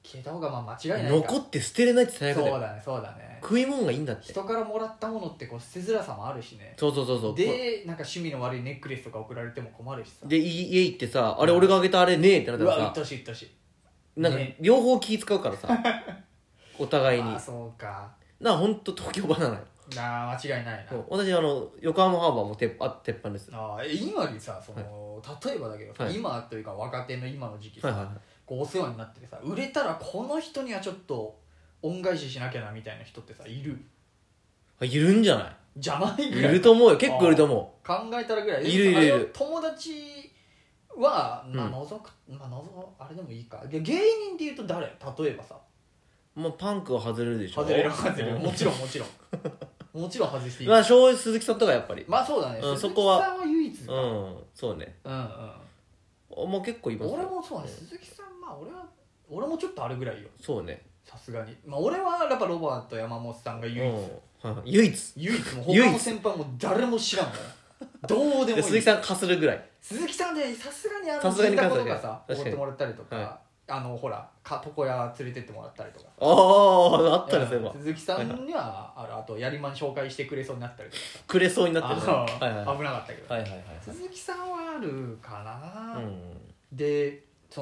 消えた方がまあ間違いないか。 残って捨てれないって最悪だよ。 そうだねそうだね。 食い物がいいんだって。 人からもらったものってこう捨てづらさもあるしね。 そうでなんか趣味の悪いネックレスとか送られても困るしさ。 で家行ってさ、あれ俺があげたあれねえってなったらさ、 うわうっとしいなんか両方気使うからさお互いに。 あそうか。 ほんと東京バナナよ。 間違いないな。 私横浜ハーバーも鉄板です。 今にさ例えばだけどさ、今というか若手の今の時期さ、こうお世話になっててさ、売れたらこの人にはちょっと恩返ししなきゃなみたいな人ってさいるんじゃない？ じゃないぐらいいると思うよ。結構いると思う。 考えたらぐらいいる。 友達はあれでもいいか。芸人っていうと誰？例えばさ、 パンクは外れるでしょ。 外れるもちろんもちろん外していい。 鈴木さんとかやっぱりそうだね。 そこは鈴木さんは唯一か。 そうね。もう結構います。 俺もそうね。鈴木さん俺もちょっとあるぐらいよ。 そうね。 さすがに俺はやっぱロバート山本さんが唯一唯一もう他の先輩も誰も知らんもんどうでもいい。 鈴木さんかするぐらい。 鈴木さんでさすがに銀だことかさおごってもらったりとか、ほら床屋連れてってもらったりとか。 あったね。そういえば鈴木さんにはあとやりまん紹介してくれそうになったりとかさ。 くれそうになってるね。 危なかったけど。鈴木さんはあるかな。で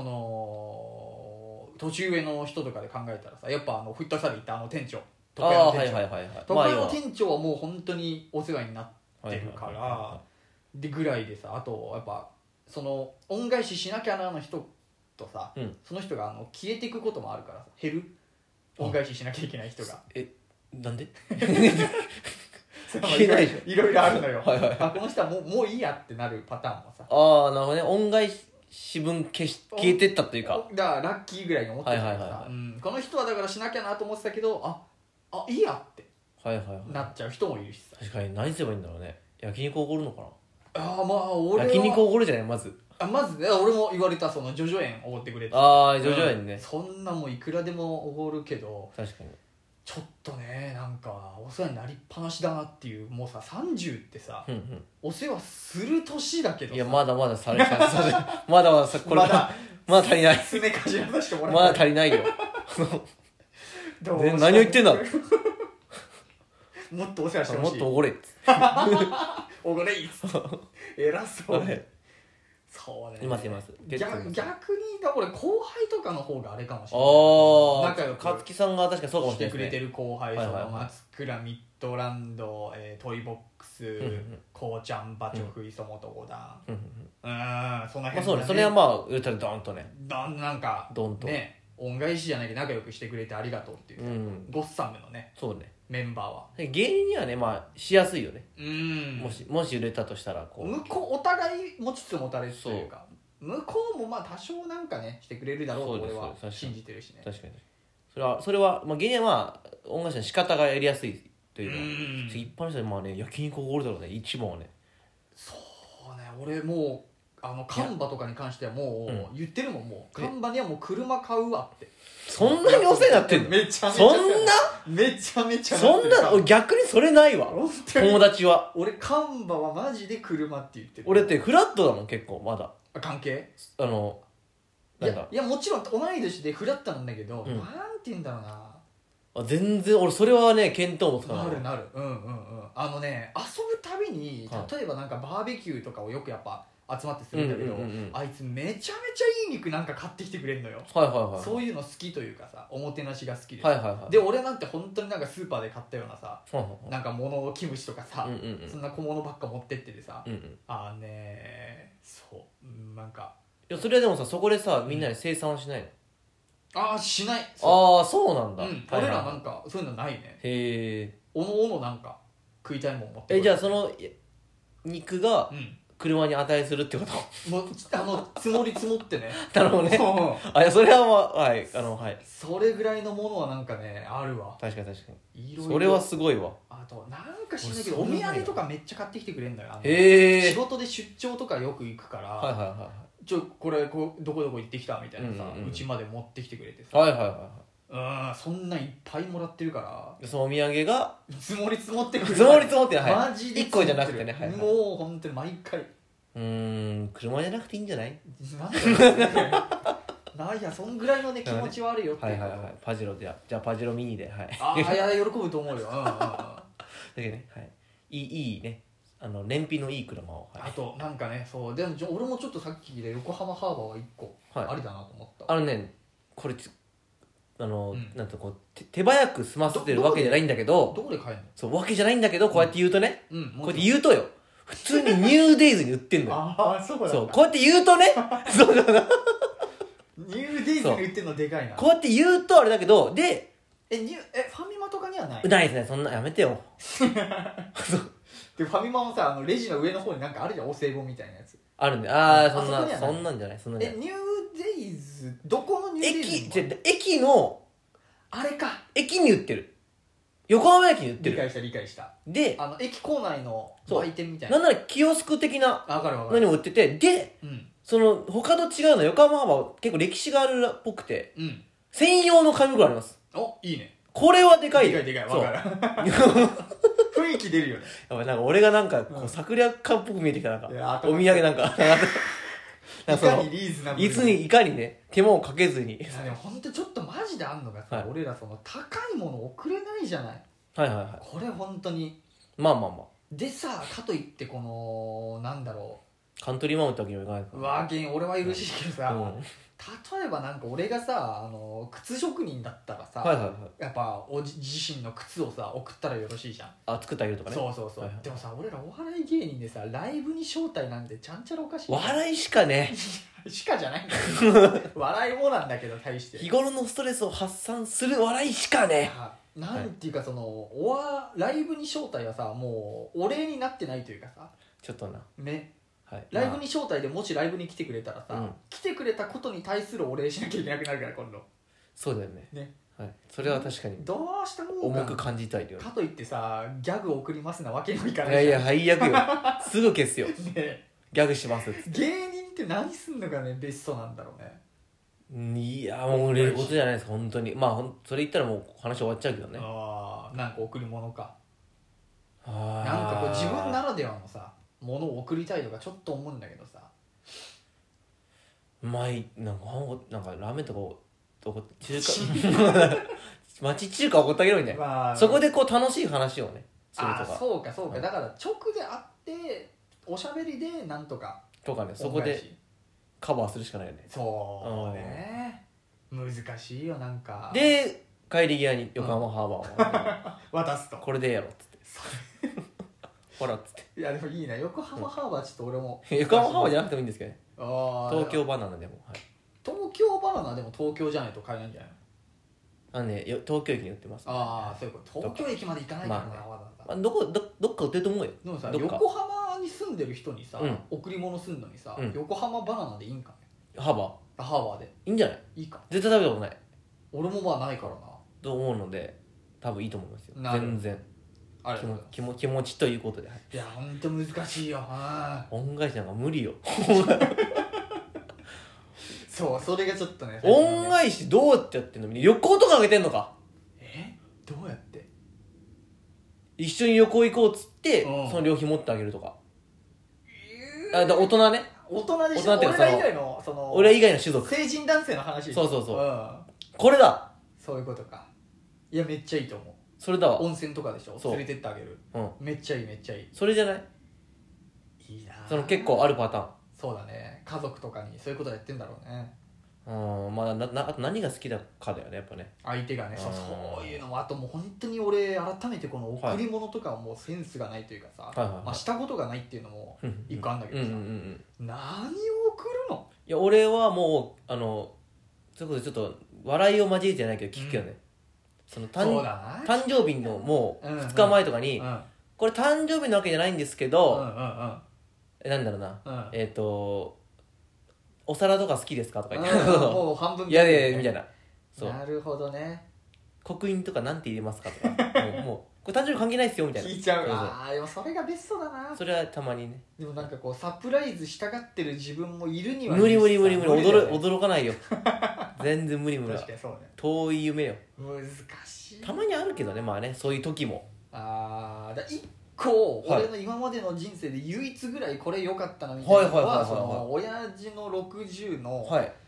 年上の人とかで考えたらさ、やっぱフットサル行った店長、床屋の店長、床屋の店長はもう本当にお世話になってるからでぐらいでさ、あとやっぱ恩返ししなきゃなの人とさ、その人が消えていくこともあるからさ、減る恩返ししなきゃいけない人がなんで消えないでしょ。いろいろあるのよ。この人はもういいやってなるパターンもさ。 なるほどね。恩返し分消えてったっていうか、 だからラッキーぐらいに思ってたからさ、この人はだからしなきゃなと思ってたけど、いいやってなっちゃう人もいるしさ。 確かに何すればいいんだろうね。焼肉おごるのかな。 俺は焼肉おごるじゃないまずね。俺も言われたジョジョ園おごってくれって。 ジョジョ園ね。 そんなもういくらでもおごるけど、 確かにちょっとねなんかお世話になりっぱなしだなっていう。もうさ30ってさ、お世話する年だけどさ。 いやまだまだされまださこれまだ足りない。 すねかじらさせてもらってまだ足りないよ何を言ってんだもっとお世話してほしい。 もっとおごれっつおごれいっつ偉そうね。そうね。 います逆に俺後輩とかの方があれかもしれない。仲良く勝木さんが確かにそうかもしれないしてくれてる後輩、松倉ミッドランド、トイボックス、こうちゃんバチョフ磯本五段、その辺。 それは言うたらドーンとね、 なんかドンとね、恩返しじゃなきゃ仲良くしてくれてありがとうっていう、ゴッサムのね、 そうね、 メンバーは芸人にはねしやすいよね。もし売れたとしたらお互い持ちつ持たれつというか、向こうも多少なんかねしてくれるだろうと俺は信じてるしね。 確かにそれは芸人は恩返しの仕方がやりやすいというか、一般の人は焼肉おごるだろうね、一番はね。 そうね、俺もうカンバとかに関してはもう言ってるもん。もうカンバにはもう車買うわって。 そんなにお世話になってんの？ めちゃめちゃそんなめちゃめちゃそんな逆にそれないわ。友達は俺カンバはマジで車って言ってる。 俺ってフラットだもん結構まだ関係いやもちろん同い年でフラットなんだけど、なんて言うんだろうな、 全然俺それはね見当もつかない。 なる遊ぶたびに例えばなんかバーベキューとかをよくやっぱ集まってするんだけど、あいつめちゃめちゃいい肉なんか買ってきてくれんのよ。そういうの好きというかさ、おもてなしが好きで、で俺なんて本当になんかスーパーで買ったようなさ、なんか物キムチとかさ、そんな小物ばっか持ってっててさ、そうなんかそれはでもさ、そこでさみんなで生産はしないの？ しない。 そうなんだ。 俺らなんかそういうのないね。 へえ。 おのおのなんか食いたいもん持ってじゃあその肉が車に値するってこと？ もう積もり積もってね。 なるほどね。それははいそれぐらいのものはなんかねあるわ。 確かにそれはすごいわ。 あとなんか知んないけどお土産とかめっちゃ買ってきてくれんだよ。仕事で出張とかよく行くから、これどこどこ行ってきたみたいなさ、うちまで持ってきてくれてさ、そんなんいっぱいもらってるから、 そのお土産が積もり積もってくる。 マジで 1個じゃなくてね。 もう本当に毎回車じゃなくていいんじゃない？ なんでないやそんぐらいのね気持ちはあるよっていう。 はいはいはい。パジェロで、じゃあパジェロミニで、はい。 あ、いや喜ぶと思うよ。 だけどね、はい。いいね。燃費のいい車を。 あとなんかね、そうでも俺もちょっとさっきで横浜ハーバーは1個ありだなと思った。 これなんとこう手早く済ませてるわけじゃないんだけど、 どこで買えんの？ そうわけじゃないんだけど、こうやって言うとね、こうやって言うとよ、普通にニューデイズに売ってんのよ。 ああ、そうだ。 そう、こうやって言うとね、そうだな。 ニューデイズに売ってんのでかいな。 こうやって言うとあれだけど、で、 ファミマとかにはない？ ないですね、そんなやめてよ。 でファミマもさ、レジの上の方になんかあるじゃん、お歳暮みたいなやつあるんで、そんなんじゃない、そんなんじゃない。 ニューデイズ、どこのニューデイズ？ 駅のあれか、 駅に売ってる、横浜駅に売ってる。 理解した。 で、 駅構内の売店みたいな。なんならキオスク的なのにも売ってて、で、その他と違うの、横浜ハーバーは結構歴史があるっぽくて、専用の紙袋あります。 お、いいね。 これはでかいよ。 でかい、わかる。雰囲気出るよね。 やっぱなんか俺がなんかこう策略家っぽく見えてきた、なんかお土産なんかいかにリーズナブルいかにね手間をかけずに。 でもほんとちょっとマジであんのがさ、俺らその高いもの送れないじゃない。 はいはいはい。 これほんとにまあでさ、かといってこのなんだろう、カントリーマウントだけにはいかないから。 俺は許しいけどさ、例えばなんか俺がさ靴職人だったらさ、やっぱ自身の靴をさ送ったらよろしいじゃん。 作ってあげるとかね。 そう、でもさ、俺らお笑い芸人でさライブに招待なんてちゃんちゃらおかしい。 笑いしかねしかじゃないんだよ笑いもなんだけど、対して日頃のストレスを発散する笑いしかね。 なんていうか、そのライブに招待はさ、もうお礼になってないというかさ、 ちょっとなね、ライブに招待でもしライブに来てくれたらさ、来てくれたことに対するお礼しなきゃいけなくなるから、今度。 そうだよね。はい、それは確かにどうしても重く感じたいよね。 かといってさ、ギャグ送りますなわけにもいかない。 いや最悪よすぐ消すよね、 ギャグしますっつって。 芸人って何すんのがねベストなんだろうね。 いやもう売れることじゃないです本当に。まあそれ言ったらもう話終わっちゃうけどね。 なんか贈り物か、 なんかこう自分ならではのさものを贈りたいとかちょっと思うんだけどさ。 なんかラーメンとか中華町中華送ってあげればいいんだよ、そこでこう楽しい話をねするとか。 そうか、だから直で会っておしゃべりでなんとかとかね、そこでカバーするしかないよね。 そうね、難しいよ。なんかで帰り際に横浜ハーバーを渡すと、 これでやろっつってほらっつって。 いやでもいいな、横浜ハーバー。ちょっと俺も横浜ハーバーじゃなくてもいいんですけどね。東京バナナでも。 東京バナナでも東京じゃないと買えないんじゃないの？ 東京駅に売ってます。 そういうこと。東京駅まで行かないからな、わざわざ。 どっか売ってると思うよ。 でもさ、横浜に住んでる人にさ、贈り物すんのにさ、横浜バナナでいいんかね？ ハーバーでいいんじゃない？ いいか。 絶対食べたことない。 俺もまあないからなと思うので、多分いいと思いますよ。全然気持ちということで。 いやほんと難しいよ。 恩返しなんか無理よそう、それがちょっとね。 恩返しどうやってやってんの？旅行とかあげてんのか？ どうやって？ 一緒に旅行行こうっつって、その旅費持ってあげるとか。大人ね。 大人でしょ。俺ら以外の俺ら以外の種族、 成人男性の話。 そう、これだ。 そういうことか。いやめっちゃいいと思う。 それだわ。 温泉とかでしょ、連れてってあげる。めっちゃいい。 それじゃない？ いいな。 その結構あるパターン。 そうだね、家族とかにそういうことやってんだろうね。 まああと何が好きだかだよね、やっぱね、 相手がね。そういうのも。あともう本当に俺改めてこの贈り物とかはもうセンスがないというかさ、したことがないっていうのも一個あるんだけどさ、何を贈るの？ いや俺はもうそういうことでちょっと笑いを交えてないけど聞くよね、その誕生日のもう2日前とかに、これ誕生日なわけじゃないんですけど、なんだろうな、お皿とか好きですかとか言って、 もう半分いやみたいな。 なるほどね。 刻印とかなんて入れますかとかもうこれ誕生日関係ないっすよみたいな聞いちゃう。でもそれがベストだな。 それはたまにね。 でもなんかこうサプライズしたがってる自分もいるには無理驚かないよ全然無理。 確かにそうね。 遠い夢よ。 難しい。 たまにあるけどね、まあね、そういう時も。 一個俺の今までの人生で唯一ぐらいこれ良かったなみたいなのは、その親父の60の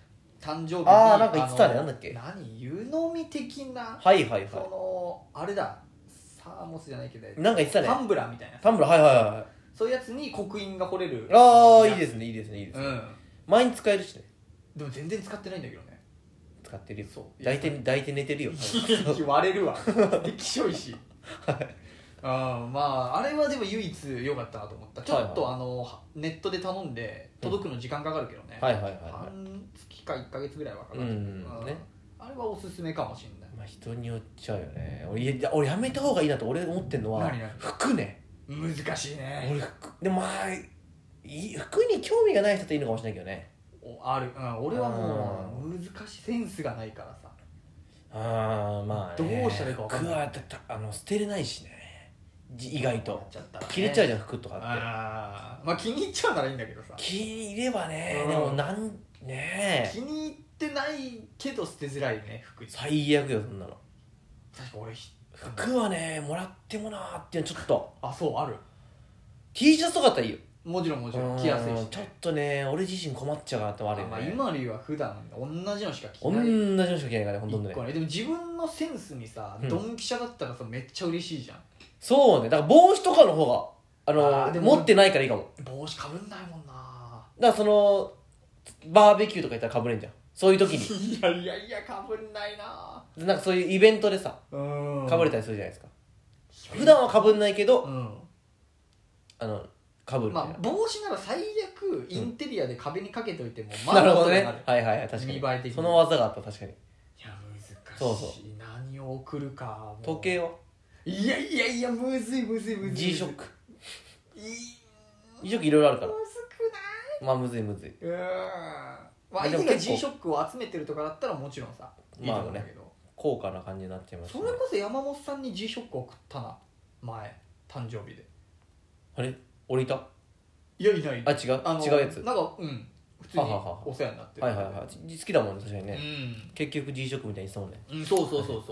誕生日になんか言ってたね。なんだっけ、 湯飲み的な、 はいはいはい、 そのあれだ、サーモスじゃないけどなんか言ってたね、 タンブラーみたいな、 タンブラー、はいはいはい、 そういうやつに刻印が彫れる。 いいですねいいですねいいですね、前に使えるしね。 でも全然使ってないんだけどね。 使ってるよ。 そう、 抱いて寝てるよ。 割れるわ。できしょいし。まああれはでも唯一良かったなと思った。ちょっとネットで頼んで届くの時間かかるけどね。 はいはいはい。 半月か1ヶ月ぐらいはかかる。 ね。 あれはおすすめかもしれない。 まあ人によっちゃうよね。俺やめた方がいいなと俺思ってんのは服ね。 難しいね。 俺でもまあ服に興味がない人っていいのかもしれないけどね。 俺はもう難しい、センスがないからさ。 まあどうしたらいいか分かんない。 服は捨てれないしね。意外と着れちゃうじゃん服とかって。 まあ気に入っちゃうならいいんだけどさ。 気に入ればね、でも気に入ってないけど捨てづらいね服。 最悪よそんなの。 確か俺服はねもらってもなーっていうのちょっと。 そうある。 T シャツとかだったらいいよ。 もちろん着やすいし、 ちょっとね俺自身困っちゃうかなってあるよね。 今よりは普段同じのしか着ない。 同じのしか着ないからね、ほとんどね。 でも自分のセンスにさ、ドンピシャだったらさめっちゃ嬉しいじゃん。 そうね、だから帽子とかの方が持ってないからいいかも。 帽子かぶんないもんな。 だからバーベキューとか行ったらかぶれんじゃん、そういう時に。 いやかぶんないな。 なんかそういうイベントでさかぶれたりするじゃないですか。普段はかぶんないけどかぶる。 帽子なら最悪インテリアで壁にかけといてもなるほどね。はいはい、確かに見栄え的にその技があった。確かに。いや難しい。何を送るか。 時計はいやむずい。 G-SHOCK いろいろあるから。 むずくない？ むずい。 相手が G-SHOCK を集めてるとかだったらもちろんさいいと思うんだけど、 高価な感じになっちゃいますね。 それこそ山本さんに G-SHOCK 送ったな、前誕生日で。 あれ俺いた？ いやいない。 違うやつ。なんか普通にお世話になってる。 はい好きだもんね、確かにね。結局 G-SHOCK みたいにしたもんね。 そう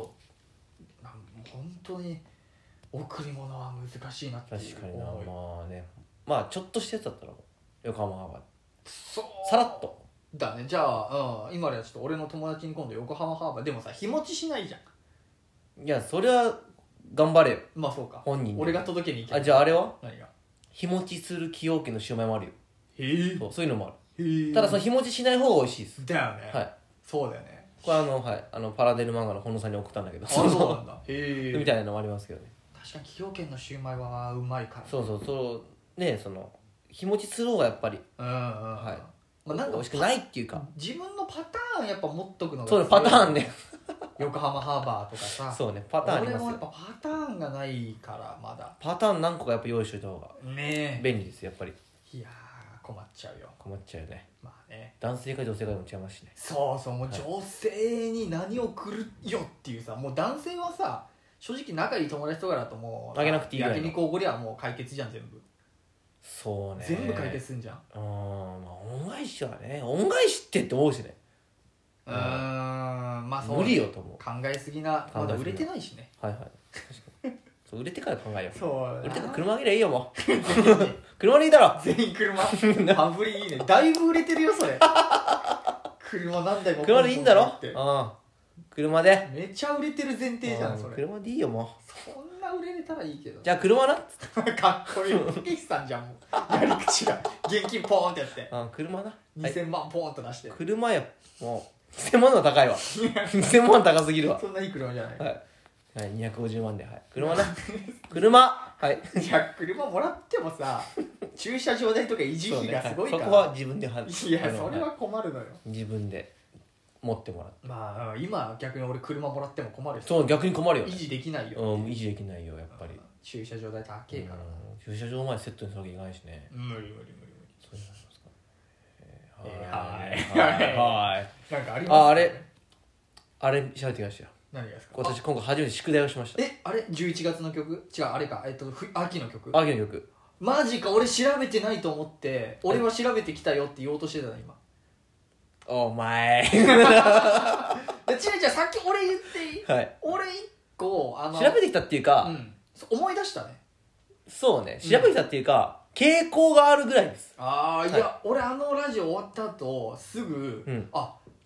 本当に贈り物は難しいなっていう。 確かにな。ちょっとしたやつだったら横浜ハーバーそうさらっとだね。じゃあ今ではちょっと俺の友達に今度横浜ハーバーでもさ日持ちしないじゃん。 いやそれは頑張れよ。 そうか、 本人俺が届けに行けば。 じゃああれは何が日持ちする崎陽軒のシウマイもあるよ。そういうのもある。 ただその日持ちしない方が美味しいです。 だよね。 はい、 そうだよね。 これパラデル漫画の本野さんに送ったんだけど、 そうなんだ。 みたいなのもありますけどね。 確かに崎陽軒のシウマイはうまいから。 そうね、日持ちする方がやっぱりなんか美味しくないっていうか、 自分のパターンやっぱ持っとくのが。 そうパターンね。 横浜ハーバーとかさ。 そうね、パターンありますよ。 俺もやっぱパターンがないからまだ。 パターン何個かやっぱ用意しといた方が便利ですよやっぱり。 いや困っちゃうよ。 困っちゃうよね。 男性か女性かでも違いますしね。 そうもう女性に何を送るよっていうさ、もう男性はさ正直仲いい友達とかだともうあげなくていいぐらい焼肉おごりはもう解決じゃん全部。 そうね、 全部解決すんじゃん。 恩返しはね、恩返しって思うしね。 そう無理よと思う。 考えすぎな。まだ売れてないしね。 はい確かに。売れてから考えよう。 そう売れてから車あげりゃいいよもう。車でいいだろ。 全員車。パンフリいいね。だいぶ売れてるよそれ。車何台も。 車でいいんだろ。車で。 めっちゃ売れてる前提じゃんそれ。 車でいいよもう。 そんな売れれたらいいけど。 じゃあ車な。 かっこいい。たけしさんじゃんもう。やり口が現金ポーンってやって。 車な。 2000万ポーンと出して。 車よもう。2000万は高いわ。2000万高すぎるわ。 そんないい車じゃない。 はい、250万で、車な。車はい。 いや、車もらってもさ、駐車場代とか維持費がすごいから。 そこは自分でいや、それは困るのよ。 自分で持ってもらう。今逆に俺車もらっても困るし。 そう、逆に困るよ。 維持できないよ。 維持できないよ、やっぱり。 駐車場代高いから。 駐車場までセットにするわけいかないしね。 無理。 そういうのありますか。はい。なんかあります？ あれ喋ってきましたよ。 何がですか？ 私今回初めて宿題をしました。 あれ11月の曲？違う、あれか。秋の曲。 秋の曲。 マジか、俺調べてないと思って、俺は調べてきたよって言おうとしてたの今。 お前。 違う、さっき俺言っていい？ はい。 俺一個調べてきたっていうか、 思い出したね。 そうね、調べてきたっていうか、傾向があるぐらいです。 いや、俺ラジオ終わった後すぐ、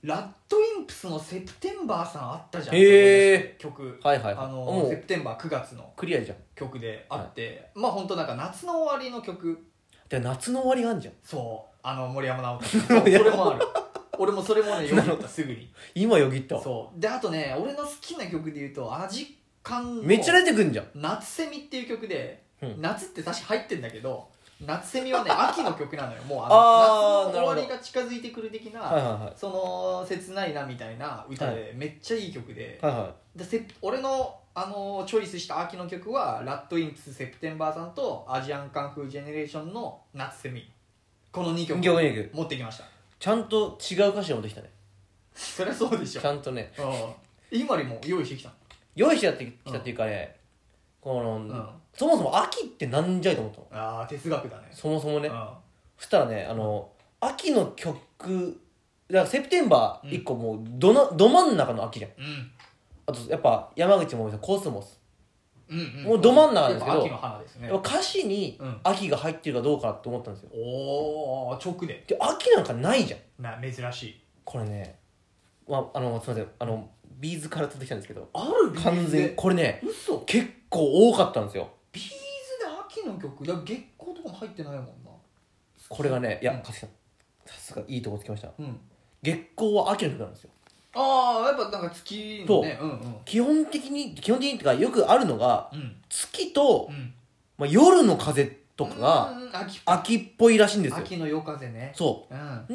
ラッドインプスのセプテンバーさんあったじゃん、曲、 はいはい、 セプテンバー9月のクリアじゃん曲であって、まあ本当なんか夏の終わりの曲で、夏の終わりがあるじゃん。 そう森山直太それもある俺もそれもねよぎったすぐに今よぎったわ。 そうで、あとね俺の好きな曲で言うとアジカンのめっちゃ出てくんじゃん。 夏セミっていう曲で、 うん夏って確か入ってんだけど、夏セミはね秋の曲なのよ。もう夏の終わりが近づいてくる的な、 はいはいはい、 その切ないなみたいな歌で、めっちゃいい曲で、 はいはい、 で俺のチョイスした秋の曲はラッドインプスセプテンバーさんとアジアンカンフージェネレーションの夏セミ、この2曲持ってきました。 ちゃんと違う歌詞を持ってきたね。 そりゃそうでしょ。 ちゃんとね、 今にも用意してきたの。 用意してきたっていうかね、この、そもそも秋ってなんじゃいと思ったの。 ああ、哲学だね。 そもそもね、そしたらね、秋の曲だから、セプテンバー1個もうど真ん中の秋じゃん、あとやっぱ山口もコスモス、もうど真ん中なんですけど、 秋の花ですね。 歌詞に秋が入ってるかどうかって思ったんですよ。 おお、直で秋なんかないじゃん。 珍しい。 これね、すいません、ビーズから取ってきたんですけど、 あるビーズ完全これね、 嘘、 結構多かったんですよ。 ビーズで秋の曲だ、月光とかも入ってないもんな。 これがね、いや、さすがいいとこつきました、月光は秋の曲なんですよ。 ああ、やっぱなんか月のね、 基本的にっていうかよくあるのが、月と、夜の風とかが秋っぽいらしいんですよ。 秋の夜風ね。 そう、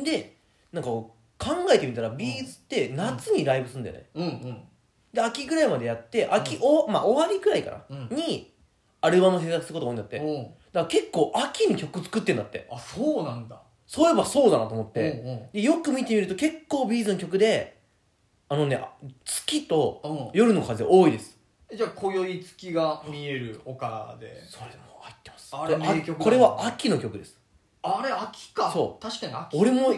でなんか考えてみたら、ビーズって夏にライブするんだよね、で秋ぐらいまでやって、終わりくらいかな、にアルバム制作することが多いんだって、だから結構秋に曲作ってんだって。 あ、そうなんだ。 そういえばそうだなと思って、でよく見てみると結構ビーズの曲で月と夜の風多いです。 じゃあ今宵月が見える丘で、 それでも入ってます。 あれ名曲だ。 これは秋の曲です。 あれ秋か。 そう、 確かに秋。 俺も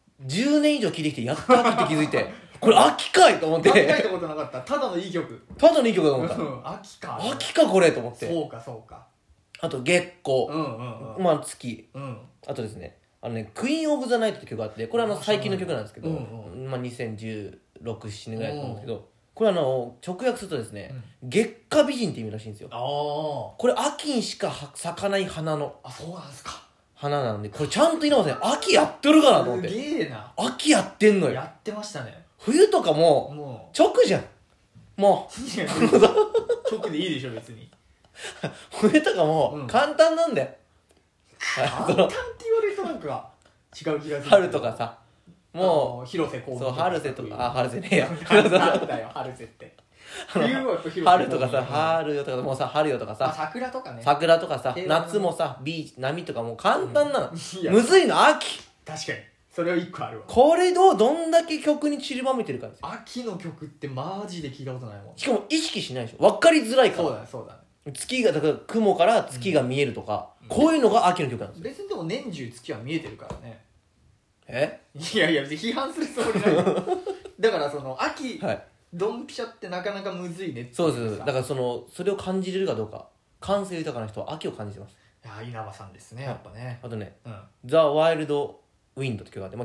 10年以上聴いてきてやっと秋って気づいてこれ秋かいと思って。 考えたことなかった。ただのいい曲。 ただのいい曲だと思った。 秋か。 秋かこれと思って。 そうかそうか。 あと月光、月、あとですね、クイーンオブザナイトって曲があって、これ最近の曲なんですけど、2016、17年ぐらいだと思うんですけど、これ直訳するとですね、月下美人って意味らしいんですよ。これ秋にしか咲かない花の、 そうなんですか。 花なんで、これちゃんと稲葉さん秋やってるかなと思って。 すげえな。 秋やってんのよ。 やってましたね。 冬とかも直じゃん。もう直でいいでしょ別に。 冬とかも簡単なんだよ。 簡単って言われるとなんか違う気がする。 春とかさ、もう広瀬香美、 そう、春瀬とか、春瀬ねえや。 なんだよ春瀬って。冬はやっぱ広瀬春とかさ、春よとか、もうさ、春よとかさ、 桜とかね、 桜とかさ、夏もさ、ビーチ、波とかもう簡単なの。むずいの秋。 確かにそれは一個あるわ。 これどんだけ曲に散りばめてるかですよ。 秋の曲ってマジで聞いたことないもん。 しかも意識しないでしょ。分かりづらいから。 そうだね。 月が、だから雲から月が見えるとか、こういうのが秋の曲なんですよ。 別にでも年中月は見えてるからね。 いや別に批判するつもりないだからその秋、ドンピシャってなかなかむずいねって。 そうです。だからそれを感じれるかどうか、感性豊かな人は秋を感じてます。 いや、稲葉さんですね、やっぱね。 あとね、ザ・ワイルド・ウィンドって曲があって、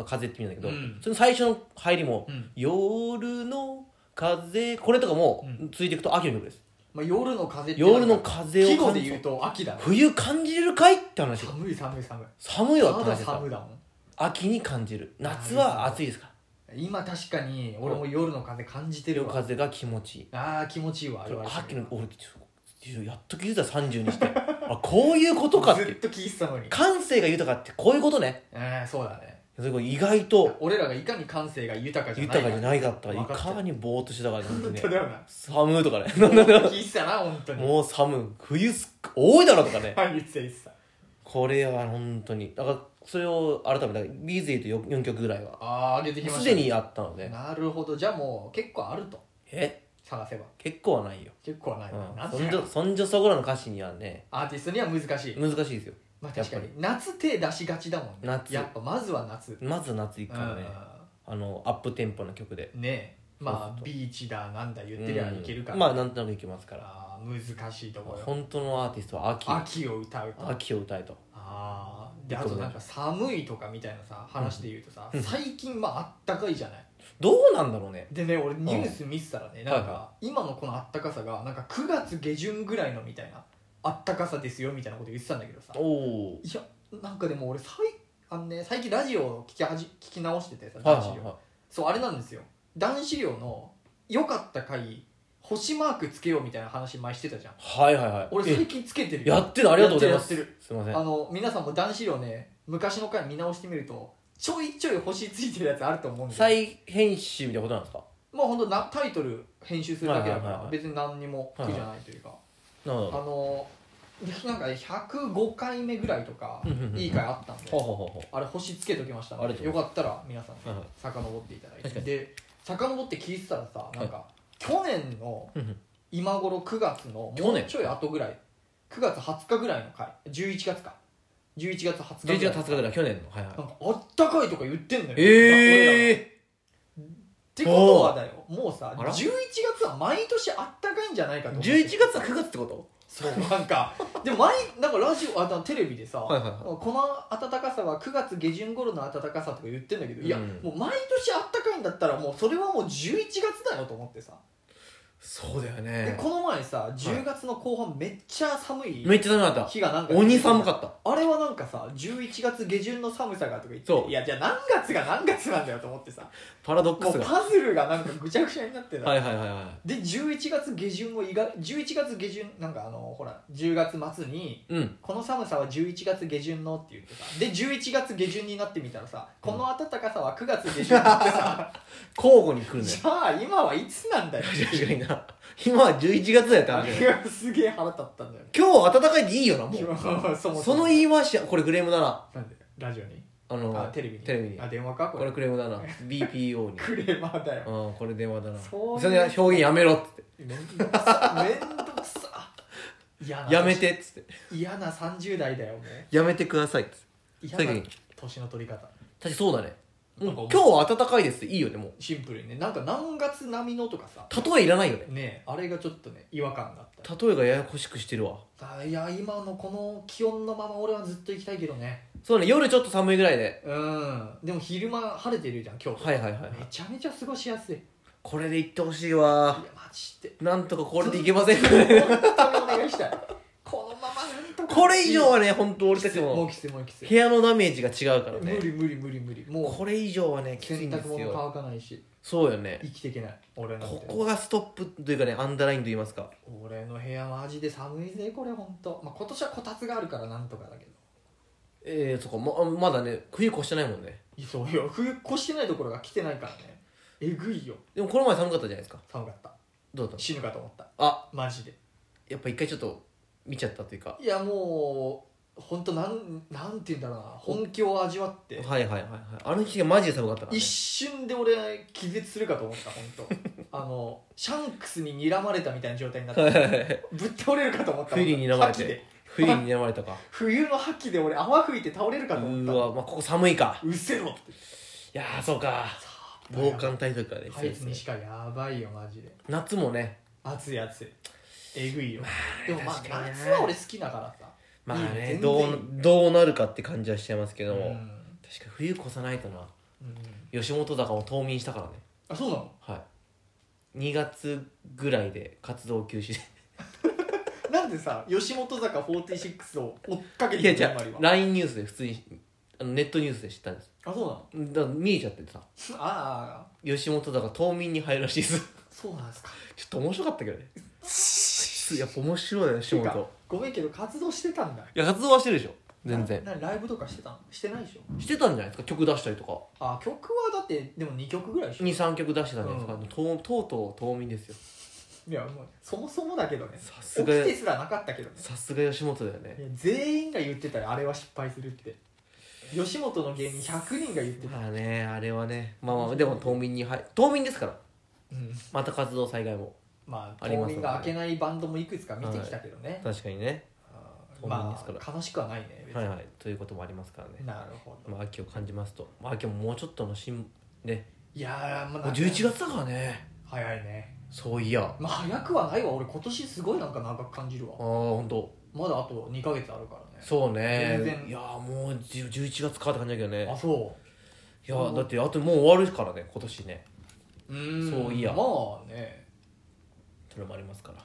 風って意味なんだけど、その最初の入りも、夜の風、これとかもついていくと秋の曲です。 夜の風って夜の風を季語で言うと秋だね。 冬感じれるかいって話。 寒い寒いわって話です。 寒だもん。秋に感じる。夏は暑いですから。 今確かに俺も夜の風感じてるわ。 夜風が気持ちいい。 気持ちいいわ。 秋の、俺やっと気づいた、30にしてこういうことかって。 ずっと聞いてたのに。 感性が豊かってこういうことね。 そうだね。 意外と俺らがいかに感性が豊かじゃないかったら、いかにぼーっとしてたからね。 本当だよな。 寒いとかね。 聞いてたな本当に。 もう寒い、冬多いだろとかね。 言ってた。 これは本当に、だからそれを改めてビーズで言うと4曲ぐらいは上げてきました。 すでにあったので。 なるほど。じゃあもう結構あると。探せば。 結構はないよ。 結構はない。 そんじょそこらの歌詞にはね、 アーティストには難しいですよ。 確かに夏手出しがちだもんね。やっぱまずは夏いくからね。アップテンポな曲でね。ビーチだなんだ言ってりゃいけるから。 なんとなくいけますから。 難しいところ。 本当のアーティストは秋を歌うと。 秋を歌えと。 であとなんか寒いとかみたいなさ話で言うとさ、最近まああったかいじゃない。 どうなんだろうね。 でね、俺ニュース見てたらね、なんか今のこのあったかさがなんか9月下旬ぐらいのみたいなあったかさですよみたいなこと言ってたんだけどさ、いやなんかでも俺最近ラジオを聞き直しててさ、男子寮、そうあれなんですよ、男子寮の良かった回星マークつけようみたいな話前してたじゃん。 はいはいはい。 俺最近つけてるよ。 やってる、ありがとうございます。 やってる。 すいません。 皆さんも男子寮ね、昔の回見直してみるとちょいちょい星ついてるやつあると思うんで。 再編集みたいなことなんですか。 まあ本当タイトル編集するだけだから別に何にも苦じゃないというか、なんか105回目ぐらいとかいい回あったんで、あれ星つけときましたので、よかったら皆さん遡っていただいて、で遡って聞いてたらさ、なんか去年の今頃9月のもうちょい後ぐらい、9月20日ぐらいの回、11月か11月20日ぐらい、11月20日ぐらい、去年の、 なんかあったかいとか言ってんのよ。ってことはだよ、もうさ11月は毎年あったかいんじゃないかと思って。 11月は9月ってこと？ そう、なんかでもなんかラジオテレビでさ、この暖かさは9月下旬頃の暖かさとか言ってんだけど、いやもう毎年あったかいんだったらもうそれはもう11月だよと思ってさ。 そうだよね。 でこの前さ10月の後半めっちゃ寒い日がなんか鬼寒かった。 あれはなんかさ11月下旬の寒さがとか言って、いやじゃあ何月が何月なんだよと思ってさ、 パラドックスがもうパズルがなんかぐちゃぐちゃになってた。 はいはいはいはい。 で11月下旬を11月下旬なんかほら10月末に、この寒さは11月下旬のって言ってさ、で11月下旬になってみたらさ、この暖かさは9月下旬になってさ交互に来るね。 じゃあ今はいつなんだよ。 確かにな。今は11月だよって話だよ。 すげえ腹立ったんだよね。 今日暖かいでいいよな、もう。その言い回し、これクレームだな。 なんでラジオにテレビに電話かこれクレームだな。BPO にクレーマーだよ。 これ電話だな。それ表現やめろっつって。 めんどくさやめてっつって。 嫌な30代だよもう。 やめてくださいっつって。 嫌な年の取り方。 確かにそうだね。今日は暖かいですっていいよね、もうシンプルにね。なんか何月並みのとかさ、 例えいらないよね。 ねえ、あれがちょっとね違和感があった。 例えがややこしくしてるわ。 いや今のこの気温のまま俺はずっと行きたいけどね。 そうね、夜ちょっと寒いぐらいで。 でも昼間晴れてるじゃん今日。 はいはいはい。 めちゃめちゃ過ごしやすい。 これで行ってほしいわ。 いやマジでなんとかこれで行けませんかね。本当にお願いしたい。このままなんとか。 これ以上はね、本当俺たちも部屋のダメージが違うからね。 無理。もうこれ以上はね、きついんですよ。 洗濯物乾かないし。 そうよね。 生きていけない俺なんて。 ここがストップというかね、アンダーラインと言いますか。 俺の部屋マジで寒いぜこれ本当。まあ今年はこたつがあるからなんとかだけど。 そこまだね、冬越してないもんね。 そうよ、冬越してないところが来てないからね。えぐいよ。 でもこの前寒かったじゃないですか。 寒かった。 どうだった？ 死ぬかと思った。マジで。やっぱ一回ちょっと見ちゃったというか。 いやもう本当なんて言うんだろうな、本気を味わって。 はい。あの日がマジで寒かったからね。 一瞬で俺気絶するかと思った本当。シャンクスに睨まれたみたいな状態になってぶっ倒れるかと思った。 冬に睨まれて。冬に睨まれたか。 冬の覇気で俺泡吹いて倒れるかと思った。 うわ、まあここ寒いか。 うせろって。いやそうか。防寒対策がね。 はい、西川やばいよマジで。 夏もね。 暑いえぐいよ。でもまあ夏は俺好きだからさ。 まあね、どうなるかって感じはしちゃいますけども、確か冬越さないとな。吉本坂も冬眠したからね。 あ、そうなの？ はい。2月ぐらいで活動休止で。 なんでさ、吉本坂46を追っかけてるの？いや、LINE ニュースで普通にネットニュースで知ったんです。 あ、そうなの？ だから見えちゃっててさ。吉本坂冬眠に入るらしいです。 そうなんですか。 ちょっと面白かったけどね。やっぱ面白いよね、吉本。 ごめんけど活動してたんだ。 いや、活動はしてるでしょ全然。 ライブとかしてたの？してないでしょ。 してたんじゃないですか、曲出したりとか。 曲はだってでも2曲ぐらいでしょ。 2、3曲出してたんじゃないですか。とうとう冬眠ですよ。 いやもうそもそもだけどね。 さすが起きてすらなかったけどね。 さすが吉本だよね。 いや全員が言ってたよ、あれは失敗するって。吉本の芸人100人が言ってた。 まあね、あれはね、まあでも冬眠ですから。また活動災害もまあ冬眠が明けないバンドもいくつか見てきたけどね。 確かにね。 まあ悲しくはないね。 はいはい、ということもありますからね。 なるほど。 まあ秋を感じますと、秋ももうちょっとのね。 いやもう11月だからね。 早いね。 そういや。 まあ早くはないわ。俺今年すごいなんか長く感じるわ。 本当。 まだあと2ヶ月あるからね。 そうね。 全然いやもう11月かって感じだけどね。 あ、そいやだってあともう終わるからね今年ね。 う。 そういやまあね。 それもありますから。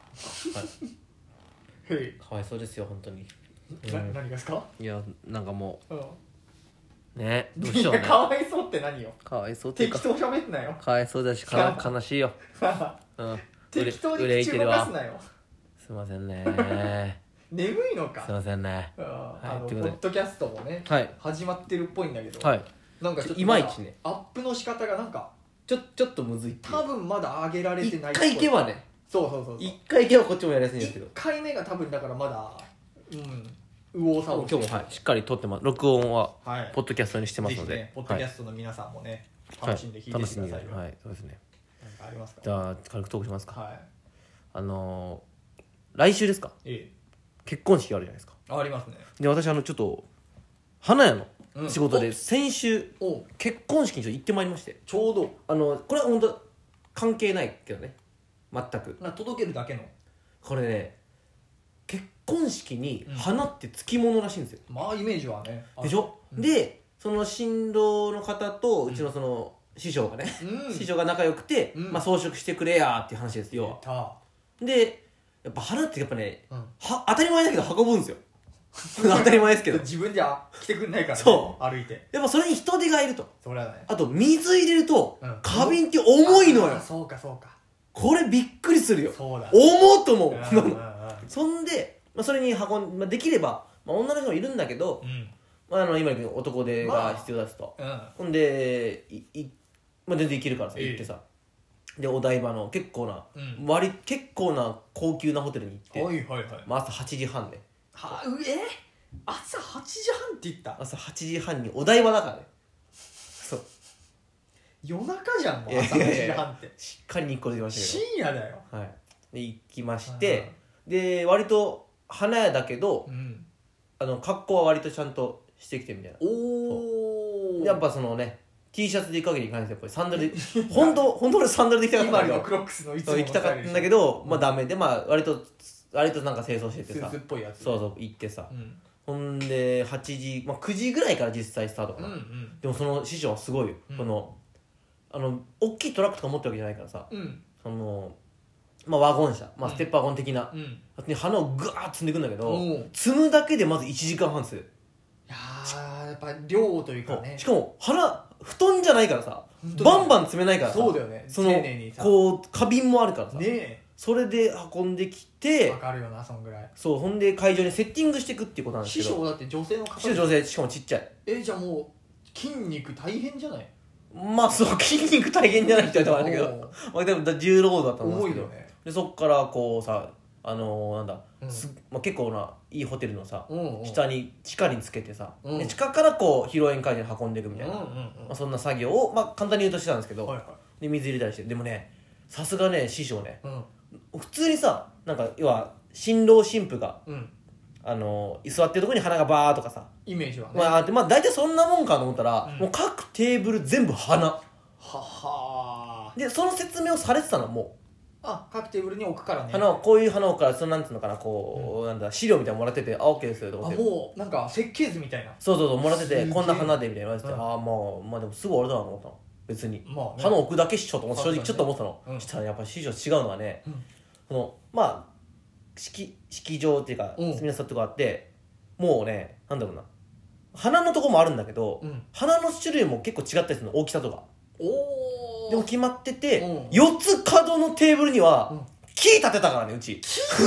へい。 かわいそうですよ本当に。 何がですか？ いやなんかもうん。 うねどうしようね。 かわいそうって何よ。 かわいそうっていうか適当喋んなよ。 かわいそうだし悲しいよ。うん。 適当に口動かすなよ。 すいませんね。 眠いのか。 すいませんね。 ポということでッドキャストもね、 はい始まってるっぽいんだけど、 はい。 なんかちょっといまいちねアップの仕方がなんかちょっとむずいっていう。 多分まだ上げられて一ないっぽい。 回行けばね。 そう一回行けばこっちもやりやすいんですけ 1 ど。 回目が多分だからまだ右往左往今日もはいしっかり撮ってます。録音ははいポッドキャストにしてますので。 ぜひねポッドキャストの皆さんもね、楽しんで聞いてくださいよ。 はいそうですね。 なんかありますか？ じゃあ軽くトークしますか。 はい。 来週ですか。 え結婚式あるじゃないですか。 え、ありますね。 で私ちょっと花屋の仕事でうん先週お結婚式にちょっと行ってまいりまして、 ちょうどこれは本当関係ないけどね全く。 届けるだけの。 これね結婚式に花ってつきものらしいんですよ。 まあイメージはね。 でしょ、でその新郎の方とうちのその師匠がね、師匠が仲良くて、まあ、装飾してくれやっていう話ですよ。でやっぱ花ってやっぱね、当たり前だけど運ぶんですよ。当たり前ですけど自分じゃ来てくんないからね。 そう歩いて。 やっぱそれに人手がいると。 それはね。 あと水入れると花瓶って重いのよ。 そうかそうか。 これびっくりするよ。 そうだ。 重っと思う。 そんで、それにできれば、女の人もいるんだけど、今言う男手が必要だしと。ほんで全然いけるからさ行ってさ、でお台場の結構な高級なホテルに行って、朝8時半で朝8時半って言った。 朝8時半にお台場だからね。そう夜中じゃんもう朝8時半って。 しっかり日光出てましたけど深夜だよ。 はいで行きまして、で割と花屋だけど格好は割とちゃんとしてきてみたいな。 おお。 やっぱそのね T シャツで行くわけにいかないんですよ。やっぱりサンダルで本当俺サンダルで行きたかったんだけど、 今のクロックスのいつもの行きたかったんだけど、まあダメで、まあ割となんか清掃しててさ、 スーツっぽいやつ。 そう行ってさ、ほんで8時、まあ、9時ぐらいから実際スタートかな。でもその師匠はすごいよ、大きいトラックとか持ってるわけじゃないからさ、まあ、ワゴン車、まあ、ステップワゴン的な、花をグワーッ積んでいくんだけど、積むだけでまず1時間半する。 いやーやっぱ量というかね。 しかも布団じゃないからさ、バンバン積めないからさ、 そうだよね。丁寧にさ、 こう花瓶もあるからさ、 ね、 それで運んできて、 わかるよなそんぐらい。 そうほんで会場にセッティングしていくっていうことなんですけど、 師匠だって女性の方。 師匠女性しかもちっちゃい。 じゃあもう筋肉大変じゃない？ まあそう筋肉大変じゃないって言われたんだけどまあでも重労働だったんですけど、 重いよね。 でそっからこうさなんだ、まあ、結構ないいホテルのさ、地下につけてさ、で地下からこう披露宴会場に運んでいくみたいな、まあ、そんな作業を、まあ、簡単に言うとしてたんですけど、で水入れたりして、でもねさすがね師匠ね、普通にさなんか要は新郎新婦が、居座ってるところに花がバーとかさイメージはね、 まあ大体そんなもんかと思ったら、もう各テーブル全部花で、その説明をされてたの。もう各テーブルに置くからね、 こういう花をからそのなんていうのかな、こう、なんだ資料みたいなのもらってて、OK ですよと思って、 もうなんか設計図みたいな、 そうもらってて、こんな花でみたいな言われてて、まあでもすぐ終わるだなと思ったの。別に、花置くだけっしょと思って、正直ちょっと思ってたの。したらやっぱり師匠違うのはね、まあ式場っていうかみんなそういうとこあって、もうねなんだろうな、花のとこもあるんだけど、花の種類も結構違ったりするの、大きさとか。でも決まってて、4つ角のテーブルには木立てたからね、うち。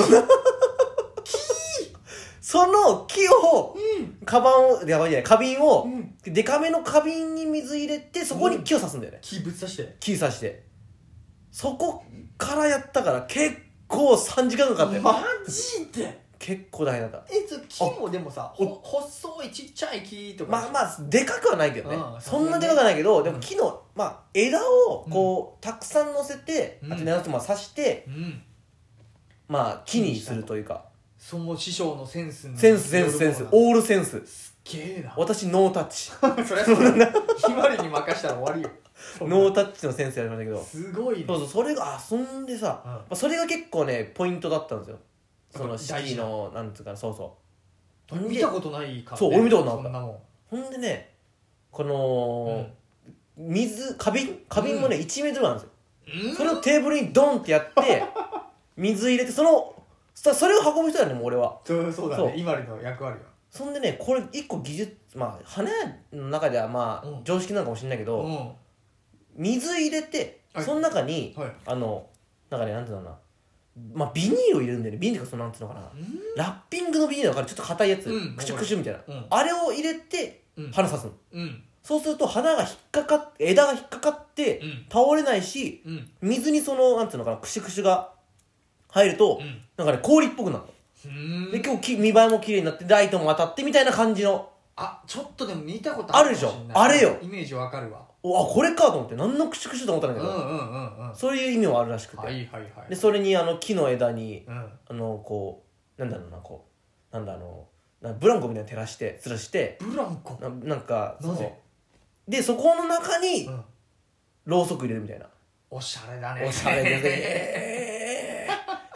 その木を、花瓶を、デカめの花瓶に水入れて、そこに木を刺すんだよね。 木ぶっ刺して。 木刺して。そこからやったから結構3時間かかったよ。 マジで結構大変だった。 木もでもさ、細いちっちゃい木とか。 まあでかくはないけどね、そんなでかくはないけど、でも木の、まあ、枝をこうたくさん乗せて、あと根元も刺して、まあ木にするというか、 その師匠のセンス、 オールセンス。 すっげえな。 私ノータッチ。 そりゃそうだ。ひまりに任したら終わりよ。 ノータッチのセンスやりましたけど、 すごいね。 それがそんでさ、それが結構ねポイントだったんですよ。 その式のなんつうかな、そうそう見たことないから、ね、 そう俺見たことなかった。 そんなもん。 ほんでねこの、花瓶もね、1メートルなんですよ、それをテーブルにドンってやって水入れてそれを運ぶ人だね、もう俺は。 そうだね、今の役割は。 そんでね、これ一個技術、まあ花屋の中ではまあ、常識なのかもしれないけど、水入れて、その中に、なんかね、なんていうのかな、まあビニールを入れるんだよね。ビニールか、そのなんていうのかな、ラッピングのビニールだからちょっと硬いやつ、クシュクシュみたいな、あれを入れて花刺すの、そうすると花が枝が引っかかって倒れないし、水にそのなんていうのかな、クシュクシュが入ると、なんかね、氷っぽくなるの。で今日見栄えも綺麗になってライトも当たってみたいな感じの。 ちょっとでも見たことあるでしょ。あれよ、 イメージわかるわ。 これかと思って、何のクシュクシュと思ったんだけど、そういう意味もあるらしくて、でそれに木の枝に、こうなんだろうな、こうなんだブランコみたいな照らして吊るして、 ブランコなんかでそこの中にろうそく入れるみたいな。 おしゃれだね。 おしゃれで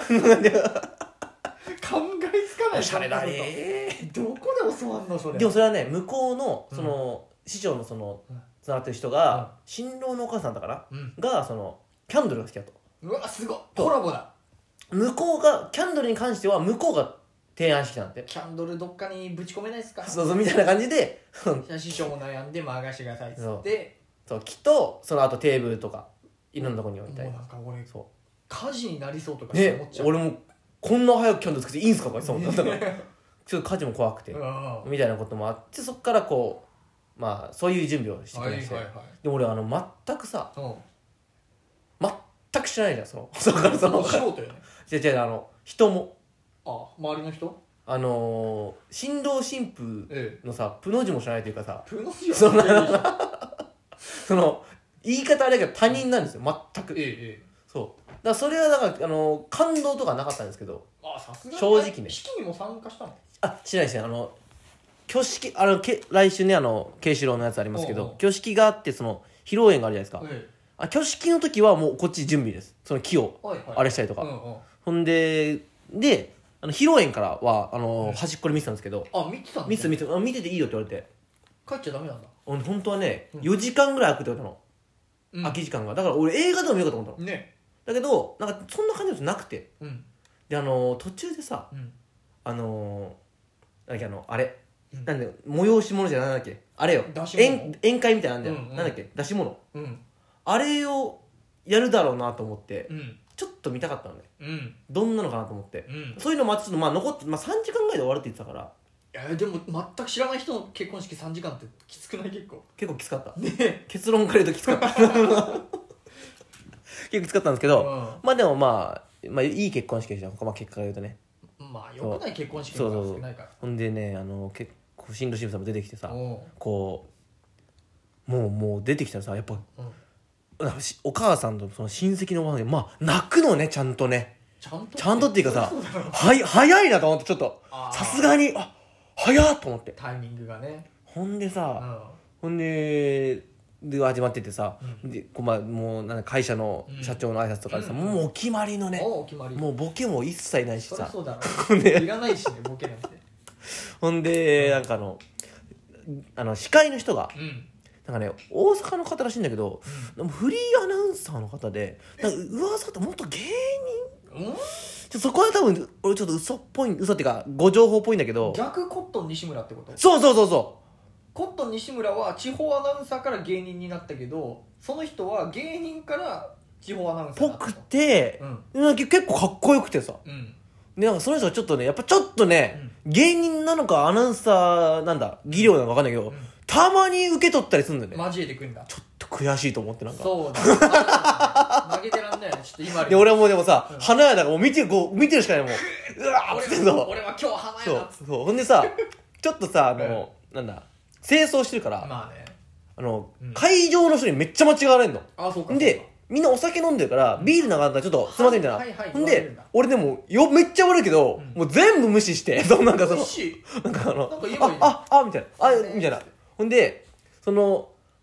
考えつかない。 おしゃれだね。 どこで教わんのそれ。 でもそれはね、向こうのその師匠のそのつながってる人が、新郎のお母さんだからがそのキャンドルが好きだと。 うわすごい、コラボだ。 向こうがキャンドルに関しては向こうが提案してきたんだって。 キャンドルどっかにぶち込めないですか。 そうみたいな感じで師匠も悩んで任してくださいっつって、 そうきっとその後テーブルとかいろんなとこに置いたり。 もうなんか俺火事になりそうとかね、 思っちゃう。 俺もこんな早くキャンドル作っていいんすかとか言ってたもん。だからちょっと火事も怖くてみたいなこともあって、そっからこうまあそういう準備をしてくれまして、でも俺全くさ、全く知らないじゃん、その素人よね。 違う人も、 周りの人、 新郎新婦のさ、プの字も知らないというかさ、 プの字その言い方あれだけど他人なんですよ、全く。そうだからそれはだから感動とかなかったんですけど、 さすがに正直ね。 式にも参加したの？ しないですね。挙式来週ね、慶四郎のやつありますけど、挙式があって、その披露宴があるじゃないですか。挙式の時はもうこっち準備です。その木をあれしたりとか。ほんで披露宴からは端っこで見てたんですけど、 見てたん見てていいよって言われて。 帰っちゃダメなんだ。 本当はね、4時間ぐらい空くって言われたの、空き時間が。だから俺映画でも見ようかと思ったのね。だけどなんかそんな感じのじゃなくて、で途中でさ、なんだっけあれ、なんで催し物じゃなんだっけ、あれよ、宴会みたいなんだよ、なんだっけ、出し物、あれをやるだろうなと思って、ちょっと見たかったのね、どんなのかなと思って、そういうのもちょっと残って、3時間ぐらいで終わるって言ってたから。 でも全く知らない人の結婚式3時間ってきつくない？結構きつかったね。結論から言うときつかった結構きつかったんですけど、まあでもまあいい結婚式でした。結果から言うとね、 よくない結婚式が少ないから。 ほんでね、結構新郎新婦さんも出てきてさ、こうもう出てきたらさ、やっぱ、お母さんとその親戚のおばあが泣くのね、ちゃんとね、ちゃんとっていうかさ、早いなと思って、ちょっとさすがに早っと思って、 タイミングがね。 ほんでさ、始まっててさ、でもう会社の社長の挨拶とかでさ、もうお決まりのね、もうボケも一切ないしさ、 そうだろ、いらないしね、ボケなんて。 ほんでなんか司会の人がなんかね、大阪の方らしいんだけど、フリーアナウンサーの方で、なんか噂って元芸人、そこは多分俺ちょっと嘘っていうかご情報っぽいんだけど、 逆コットン西村ってこと？ そうコットン西村は地方アナウンサーから芸人になったけど、その人は芸人から地方アナウンサーになったぽくて、結構かっこよくてさ、でなんかその人がちょっとね、やっぱちょっとね、芸人なのかアナウンサーなんだ技量なのか分かんないけど、たまに受け取ったりするんだよね。 交えてくんだ。 ちょっと悔しいと思って、なんかそうだ、投げてらんないよね、ちょっと今で俺はもうでもさ、花屋だからもう見てるしかないもん。うわーって俺は今日花屋だっつって。 ほんでさ、ちょっとさなんだ、清掃してるから、会場の人にめっちゃ間違われんの。でみんなお酒飲んでるからビールなかったらちょっとすいませんみたいな。ほんで俺でもめっちゃ悪いけど、もう全部無視して、なんかなんかみたいなみたいな。ほんで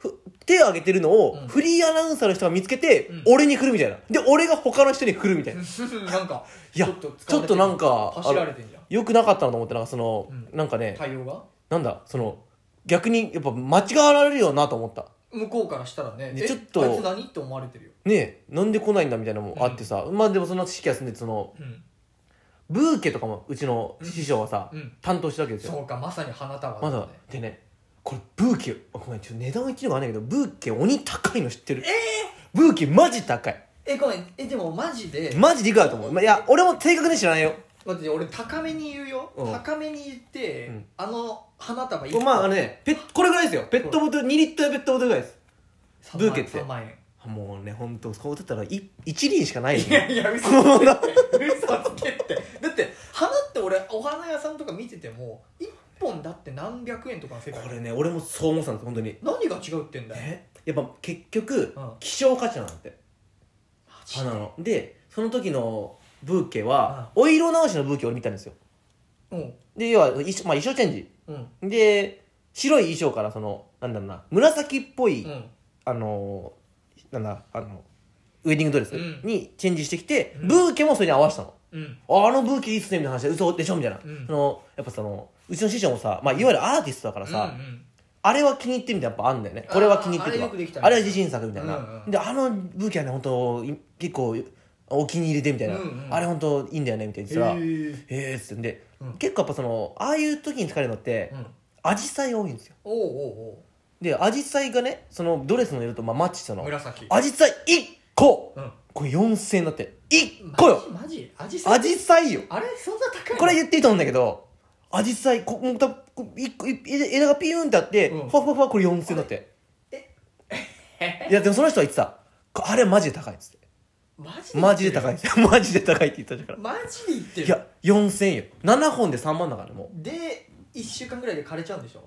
手を挙げてるのをフリーアナウンサーの人が見つけて、俺に振るみたいな。で俺が他の人に振るみたいな。 なんかいやちょっとなんか走られてんじゃん。 よくなかったなと思って、なんかその、なんかね対応がなんだその逆にやっぱ間違われるよなと思った。 向こうからしたらね、 ちょっとあいつ何って思われてるよねえ、なんで来ないんだみたいなのもあってさ、まあでもその知識は済んで、その、ブーケとかもうちの師匠はさ、担当したわけですよ。 そうか、まさに花束まだでね、これブーケ、ごめんちょっと値段は言ってるのかあんないけど、ブーケ鬼高いの知ってる？ブーケマジ高い。 ごめん、でもマジでいくらだと思う？まあ、いや俺も正確に知らないよ。 待って俺高めに言うよ、高めに言って、あの花束1個、 まあね、これぐらいですよ。ペットボトル2リットルペットボトルぐらいです。ブーケって 3万円。 もうね、ほんとそうだったら1輪しかないよいやいや、嘘つけってだって花って俺お花屋さんとか見てても1本だって何百円とかの世界。 これね、俺もそう思ってたんです、本当に。 何が違うってんだよ。 やっぱ結局、希少価値なんだって、花の。でその時のブーケは、お色直しのブーケを俺見たんですよ。で要は衣装チェンジ、で白い衣装からそのなんだろうな、紫っぽい、なんだウェディングドレスにチェンジしてきて、ブーケもそれに合わせたの。あのブーケいいっすねみたいな話で、嘘でしょみたいな。やっぱそのうちの師匠もさ、まあいわゆるアーティストだからさ、あれは気に入ってみたいなやっぱあるんだよね。これは気に入ってるとか、あれは自信作みたいな。であのブーケはね本当結構お気に入りでみたいな、あれ本当いいんだよねみたいな言ってたら、っつってで、結構やっぱそのああいう時に使えるのってアジサイが多いんですよ。でアジサイがね、そのドレスの色とマッチしたの。アジサイ1個、これ4000円だって。1個よ。 マジアジサイよ。 あれそんな高いの？ これ言っていいと思うんだけど、アジサイ枝がピューンってあって、ふわふわふわ、これ4000円だって。いやでもその人は言ってた、あれマジで高いっつって。マジで高いですよ。マジで高いって言ったから。 マジで言ってる？ いや4000円よ。7本で3万だから。もうで1週間ぐらいで枯れちゃうんでしょ。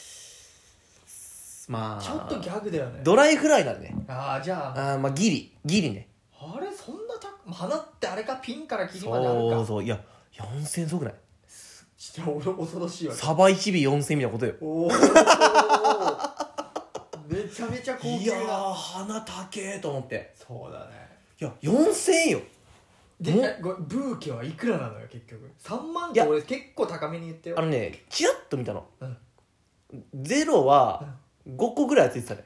まあちょっとギャグだよね。 ドライフライなんでね。 じゃあまあギリね。 あれそんな花ってあれか、ピンからキリまであるか。 そういや4000円すごくない？ ちょっと恐ろしいわ。 サバ1尾4000円みたいなことよ。 めちゃめちゃ高級な。 いやー花高えと思って。 そうだね。 いや4000円よ。 でブーケはいくらなのよ結局。3万って俺結構高めに言ってよ。 チラッと見たの、ゼロは5個ぐらいついてたね。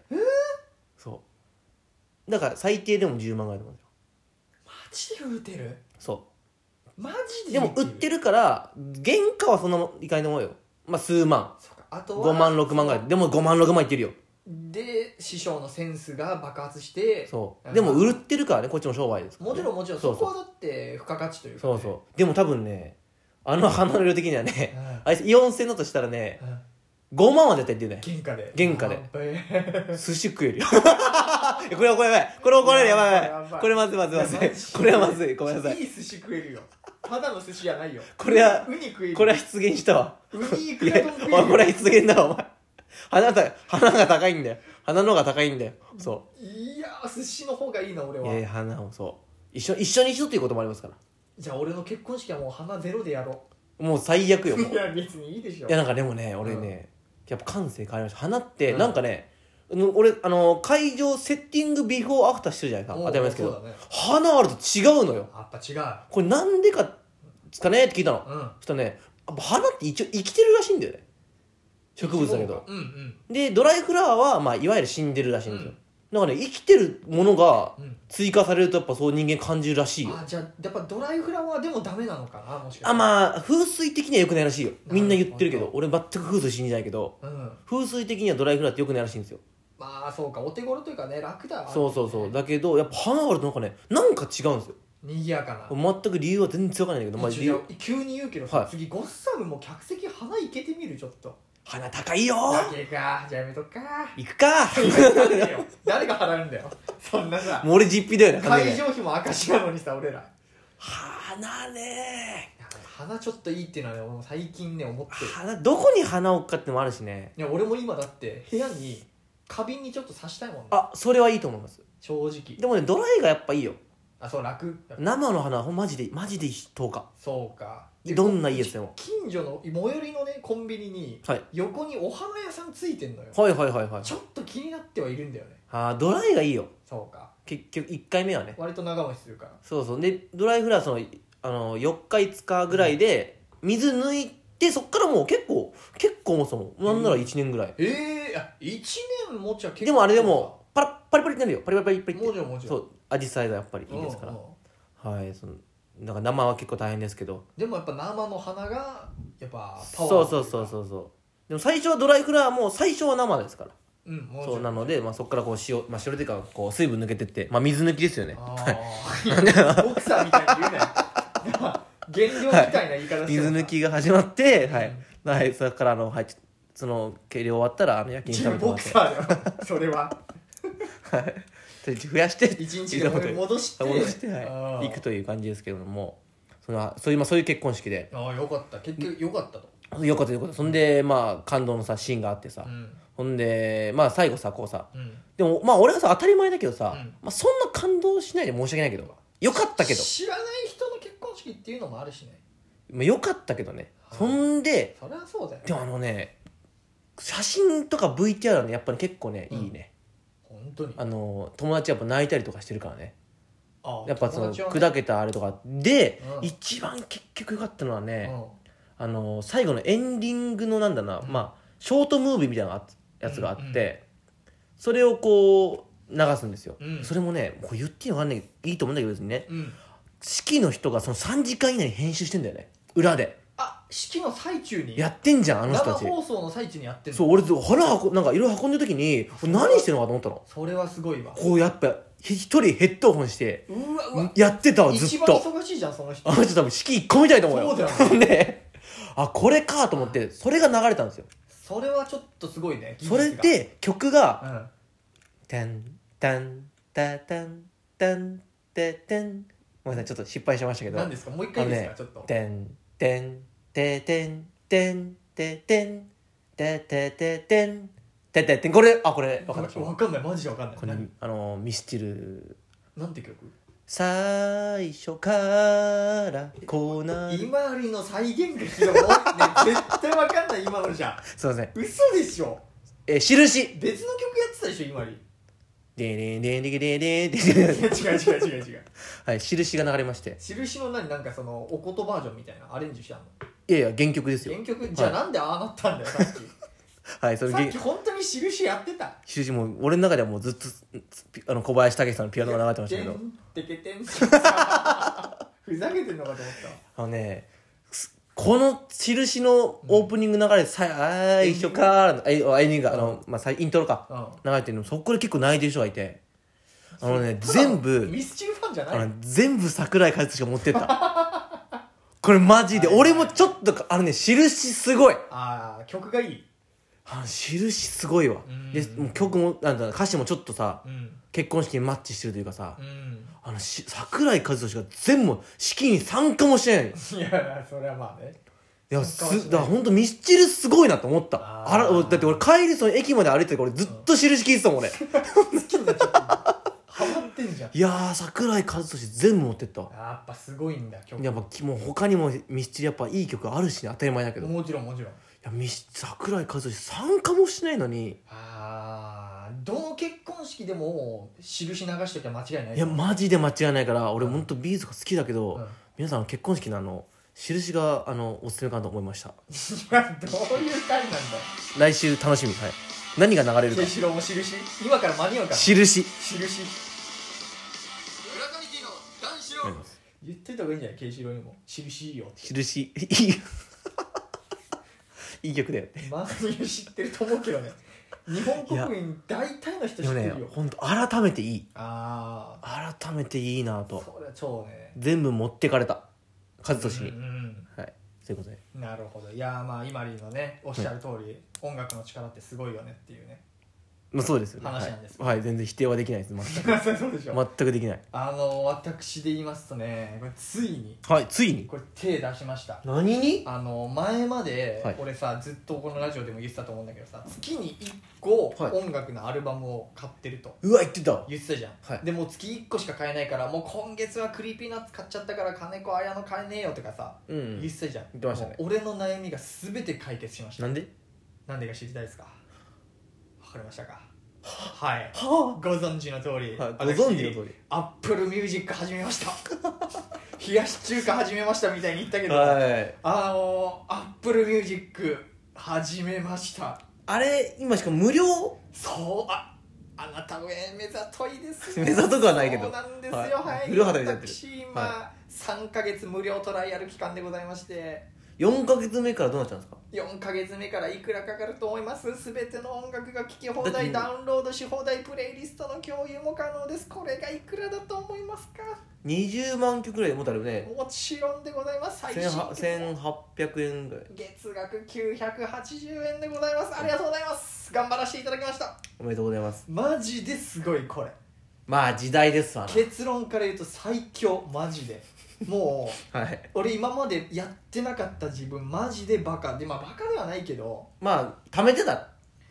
そうだから最低でも10万ぐらいだと思うんですよ。 マジで売ってる？ そうマジで。 でも売ってるから原価はそんないかないと思うよ。まあ数万、 あとは 5万6万ぐらい。でも5万6万いってるよ。 で師匠のセンスが爆発して、 そうでも売ってるからね、こっちも商売ですから、 ね、もちろんそこはだって付加価値というか、ね、 そうでも多分ね、あの花の色的にはね、あいつ4000だとしたらね、5万は絶対言ってるね。原価で寿司食えるよ。これ怒られる。やばいこれまずいこれはまずい、ごめんなさい。 いい寿司食えるよ。ただの寿司じゃないよ。 これはウニ食える。 これは出現したわ。 ウニいくら丼食えるよ。 これは出現だわお前。花が高いんだよ。花の方が高いんだよ。そういや寿司の方がいいな俺は。 いや花をそう一緒にしろっていうこともありますから。 じゃあ俺の結婚式はもう花ゼロでやろう。もう最悪よ。もういや別にいいでしょ。 いやなんかでもね、俺ね、やっぱ感性変わりました。花ってなんかね、俺会場セッティングビフォーアフターしてるじゃないですか、当たり前ですけど、花あると違うのよ。やっぱ違う。 これなんでかですかねって聞いたの。そしたらね、やっぱ花って一応生きてるらしいんだよね、植物だけど。でドライフラワーはまあいわゆる死んでるらしいんですよ。だからね、生きてるものが追加されるとやっぱそう人間感じるらしいよ。 じゃあやっぱドライフラワーでもダメなのかな、もしかして。 まあ風水的には良くないらしいよ。みんな言ってるけど、俺全く風水信じないけど、風水的にはドライフラワーって良くないらしいんですよ。 まあそうか、お手頃というかね、楽だわ。 そうだけどやっぱ花があるとなんか違うんですよ。 賑やかな。 全く理由は全然わかんないけど、 理由急に言うけどさ、次ゴッサムも客席花いけてみる。ちょっと花高いよだけか。じゃあやめとくか。 行くか。 誰が払うんだよそんなさ。 もう俺実費だよね。 会場費も赤字なのにさ、俺ら。 花ね。 花ちょっといいっていうのはね、俺も最近ね思ってる。 花どこに花置くかってのもあるしね。 いや俺も今だって部屋に花瓶にちょっと刺したいもんね。 それはいいと思います、 正直。 でもねドライがやっぱいいよ。 そう楽。 生の花はマジで10日。 そうか。 どんないいやつでも近所の最寄りのねコンビニに横にお花屋さんついてんのよ。 はいはいはいはい。 ちょっと気になってはいるんだよね。 ドライがいいよ。 そうか。 結局1回目はね割と長持ちするから。 そうでドライフラワー4日5日ぐらいで水抜いて、そっからもう結構もそのなんなら1年ぐらい。 1年持ちは結構。 でもあれでもパリパリってなるよ。パリパリパリって。 もちろんそうアジサイがやっぱりいいですから。はい、なんか生は結構大変ですけど。 でもやっぱ生の花がやっぱパワー。 そうでも最初はドライフラワーも最初は生ですから。そうなので、そこからこう塩というかこう水分抜けてって、水抜きですよね。 ボクサーみたいに言うなよ。原料みたいな言い方してる。 水抜きが始まって、それからその計量終わったら焼き肉食べてもらって。 ボクサーだよそれは。 増やして 1日で戻して行くという感じですけれども、そういう結婚式で。 よかった。結局よかったと。 よかった。そんで感動のシーンがあってさ、ほんで最後さこうさ、でも俺はさ当たり前だけどさ、そんな感動しないで申し訳ないけどよかったけど、 知らない人の結婚式っていうのもあるしね。 よかったけどね。そんでそりゃそうだよ。 でも写真とか VTR はねやっぱり結構ねいいね。 本当に友達やっぱ泣いたりとかしてるからね。やっぱ砕けたあれとかで、一番結局良かったのはね、最後のエンディングのショートムービーみたいなやつがあって、それをこう流すんですよ。それもねこれ言っていいのかね、いいと思うんだけど別にね、式の人がその3時間以内に編集してんだよね、裏で。 式の最中にやってんじゃんあの人たち。 生放送の最中にやってんの。 そう、俺なんかいろいろ運んでる時に何してるのかと思ったの。 それはすごいわ。 こうやっぱ一人ヘッドホンしてやってたわずっと。 一番忙しいじゃんその人。 あの人多分式1個みたいと思うよ。 そうだよね。 でこれかと思ってそれが流れたんですよ。 それはちょっとすごいね。 それで曲がタンタンタタンタンタタン、ごめんなさいちょっと失敗しましたけど。 何ですか、もう一回いいですか。ちょっとテンテンテテンテンテテンテテテテンテテテン、これ分かんない、マジで分かんない。 これミスチルなんて曲。 最初からこうなる。 今よりの再現がひどいね。絶対分かんない今のじゃん。 すいません。 嘘でしょ。 印。 別の曲やってたでしょ今より。 ででででででで違う。 はい、印が流れまして。 印のなんかそのおことバージョンみたいなアレンジしてあんの。 いや原曲ですよ。 原曲じゃあなんでああなったんだよさっき。 はい、それさっき本当に印やってた。 印も俺の中ではもうずっと小林武史さんのピアノが流れてましたけど。 てけてんふざけてんのかと思った。 この印のオープニング流れで最初からエンディングイントロか流れてるの、そこで結構泣いてる人がいて、全部ミスチルファンじゃない。 全部桜井和寿が持ってったこれマジで俺もちょっと印すごい。 曲がいい。 印すごいわ。で曲も歌詞もちょっとさ、結婚式にマッチしてるというかさ、桜井和寿が全部式に参加もしてないの。 いやそれはまあね。 だから本当ミスチルすごいなと思った。だって俺帰りその駅まで歩いてて俺ずっと印聞いてたもん俺。 好きになっちゃったハマってんじゃん。 いやー桜井和寿全部持ってったわ。 やっぱすごいんだ曲。 やっぱもう他にもミスチルやっぱいい曲あるしね、当たり前だけど。 もちろん。 桜井和寿参加もしないのに。 どの結婚式でも印流しときゃ間違いない。 いやマジで間違いないから、俺ほんとビーズが好きだけど、皆さん結婚式の印がおすすめかなと思いました。 いやどういう回なんだよ。 来週楽しみ。はい、何が流れるか。 ケイシロウも印、今から間に合うから。 印村上ティの男子郎言ってた方がいいんじゃない。ケイシロウにも印いいよ。 印いいいい曲だよね。 周り知ってると思うけどね。日本国民大体の人知ってるよ。 でもね、本当改めていい。 改めていいなと。 それは超ね。 全部持ってかれた。和俊に。はい。ということで。 なるほど。いや今里のねおっしゃる通り、音楽の力ってすごいよねっていうね。 そうですよね。 話なんですはい、全然否定はできないです。全くそうでしょ。 全くできない。 私で言いますとね、これついにこれ手出しました。 何に？ 前まで俺さ、ずっとこのラジオでも言ってたと思うんだけどさ、月に1個音楽のアルバムを買ってると。 うわ、言ってたじゃん。でもう月1個しか買えないから、もう今月はクリーピーナッツ買っちゃったから金子綾乃買えねえよとかさ、言ってたじゃん。 言ってましたね。 俺の悩みが全て解決しました。 なんでか知りたいですか？わかりましたか？はい、ご存知の通り、アップルミュージック始めました冷やし中華始めましたみたいに言ったけど、アップルミュージック始めました。 あれ今しかも無料？ そう、あなた上目ざといですね。目ざとくはないけど、 そうなんですよ。はい、 古畑でやってる。 私今、3ヶ月無料トライアル期間でございまして、 4ヶ月目からどうなっちゃうんですか ？4ヶ月目からいくらかかると思います？すべての音楽が聴き放題、ダウンロードし放題、プレイリストの共有も可能です。これがいくらだと思いますか ？20万曲ぐらいでもたるね。 もちろんでございます。 最新1800円ぐらい、 月額980円でございます。ありがとうございます。頑張らせていただきました。 おめでとうございます。 マジですごい。これまあ時代ですわな。 結論から言うと最強。マジでもう、俺今までやってなかった自分マジでバカで、バカではないけど、 貯めてた。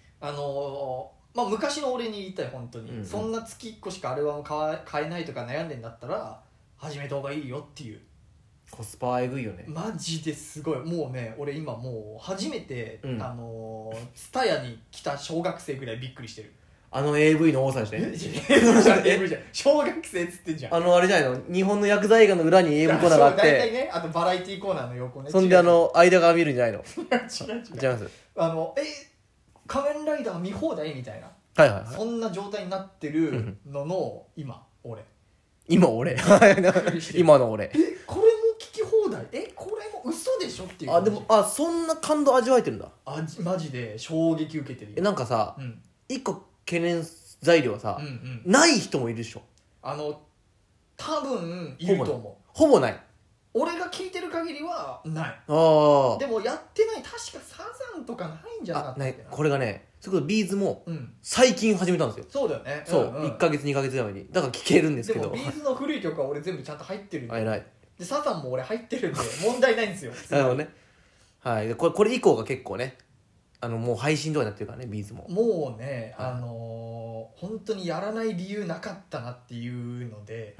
昔の俺に言いたい。本当に、そんな月1個しかアルバム買えないとか悩んでんだったら始めた方がいいよっていう。 コスパはえぐいよね。 マジですごい。もうね、俺今もう初めてTSUTAYAに来た小学生ぐらいびっくりしてる。 AV の多さで AV じゃん小学生っつってんじゃん。 あれじゃないの、日本の薬剤映画の裏に AV コーナーがあって、 大体ね、あとバラエティコーナーの横ね。 そんで間が見るんじゃないの？ 違います。仮面ライダー見放題みたいな、そんな状態になってるのの今俺今の俺これも聞き放題、これも嘘でしょっていう。 でもそんな感動味わえてるんだ。 マジで衝撃受けてるよ。 なんかさ、一個懸念材料はさ、ない人もいるでしょ。 多分いると思う。 ほぼない。 俺が聞いてる限りはない。でもやってない。確かサザンとかないんじゃなかったっけな。 これがね、それこそビーズも最近始めたんですよ。 そうだよね。 そう、1ヶ月2ヶ月ぐらいに。だから聴けるんですけど。 でもビーズの古い曲は俺全部ちゃんと入ってるんで。 偉い。 でサザンも俺入ってるんで問題ないんですよ。 なるほどね。はい。これ以降が結構ね、もう配信とかになってるからね、ビーズも。 もうね、本当にやらない理由なかったなっていうので、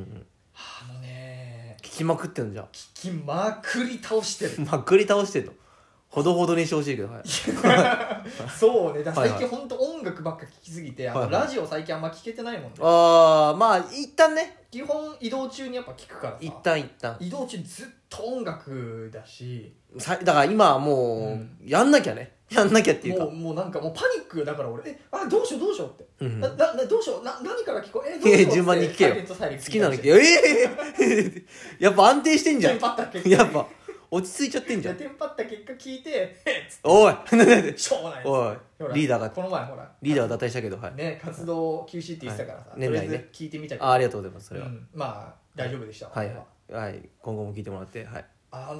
聞きまくってるんじゃん。 聞きまくり倒してる。 まくり倒してるの。ほどほどにしてほしいけど、 そうね。だから最近本当音楽ばっか聴きすぎて、ラジオ最近あんま聞けてないもんね。 一旦ね。 基本移動中にやっぱ聞くからさ。 一旦。移動中ずっと音楽だし。 だから今はもう、やんなきゃね。やんなきゃっていうか。 もうなんかもうパニックだから俺、どうしようって。どうしよう、何から聞こう、 順番に聞けよ。好きなの聞けよ。やっぱ安定してんじゃん。やっぱ。落ち着いちゃってんじゃん。 テンパった結果聞いて、 おいしょうもないです。 リーダーがこの前ほらリーダーが脱退したけど、 ね、活動休止って言ってたからさ、 年内ね聞いてみたけど、 ありがとうございます。それはまあ大丈夫でした。 はい、今後も聞いてもらって、はい。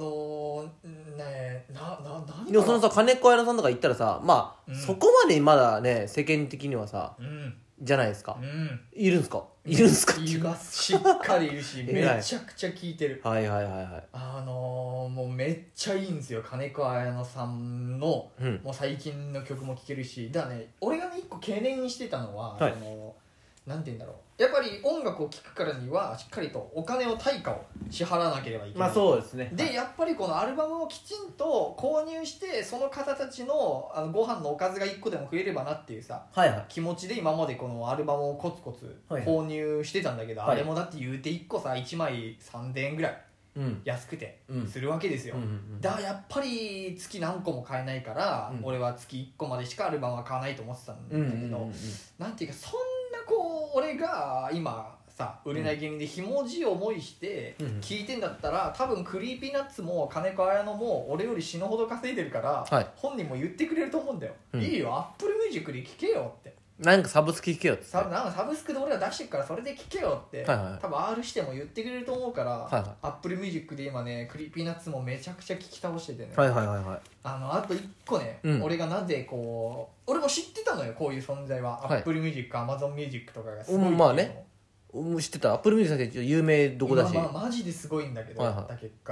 ね、何でもそのさ、金子綾乃さんとか言ったらさ、そこまでまだね、世間的にはさ、じゃないですか。いるんすかいます。しっかりいるし、めちゃくちゃ聞いてる。もうめっちゃいいんですよ。金子綾乃さんのもう最近の曲も聴けるし、だからね、俺がね一個懸念してたのは、なんて言うんだろう、やっぱり音楽を聴くからにはしっかりとお金を対価を支払わなければいけない。 そうですね。 でやっぱりこのアルバムをきちんと購入して、その方たちのご飯のおかずが1個でも増えればなっていうさ、気持ちで今までこのアルバムをコツコツ購入してたんだけど、あれもだって言うて1個さ1枚3000円ぐらい安くてするわけですよ。だからやっぱり月何個も買えないから、俺は月1個までしかアルバムは買わないと思ってたんだけど、なんていうか、そんなこう俺が今さ売れない芸人でひもじい思いして聞いてんだったら、多分クリーピーナッツも金子綾乃も俺より死ぬほど稼いでるから、本人も言ってくれると思うんだよ。いいよ、アップルミュージックで聴けよって。 なんかサブスク聞けよってなんかサブスクで俺ら出してるからそれで聞けよって、 はいはい、 多分 R しても言ってくれると思うから、 はいはい、 Apple Music で今ねクリーピーナッツもめちゃくちゃ聞き倒しててね、 はいはいはいはい、 あと1個ね、俺がなぜこう俺も知ってたのよこういう存在は、はい、Apple Music、Amazon Music とかがすごい、 まあね知ってた。 Apple Music って有名どこだし、 マジですごいんだけど、はいはい、だ結果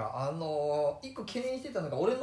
1個懸念してたのが俺の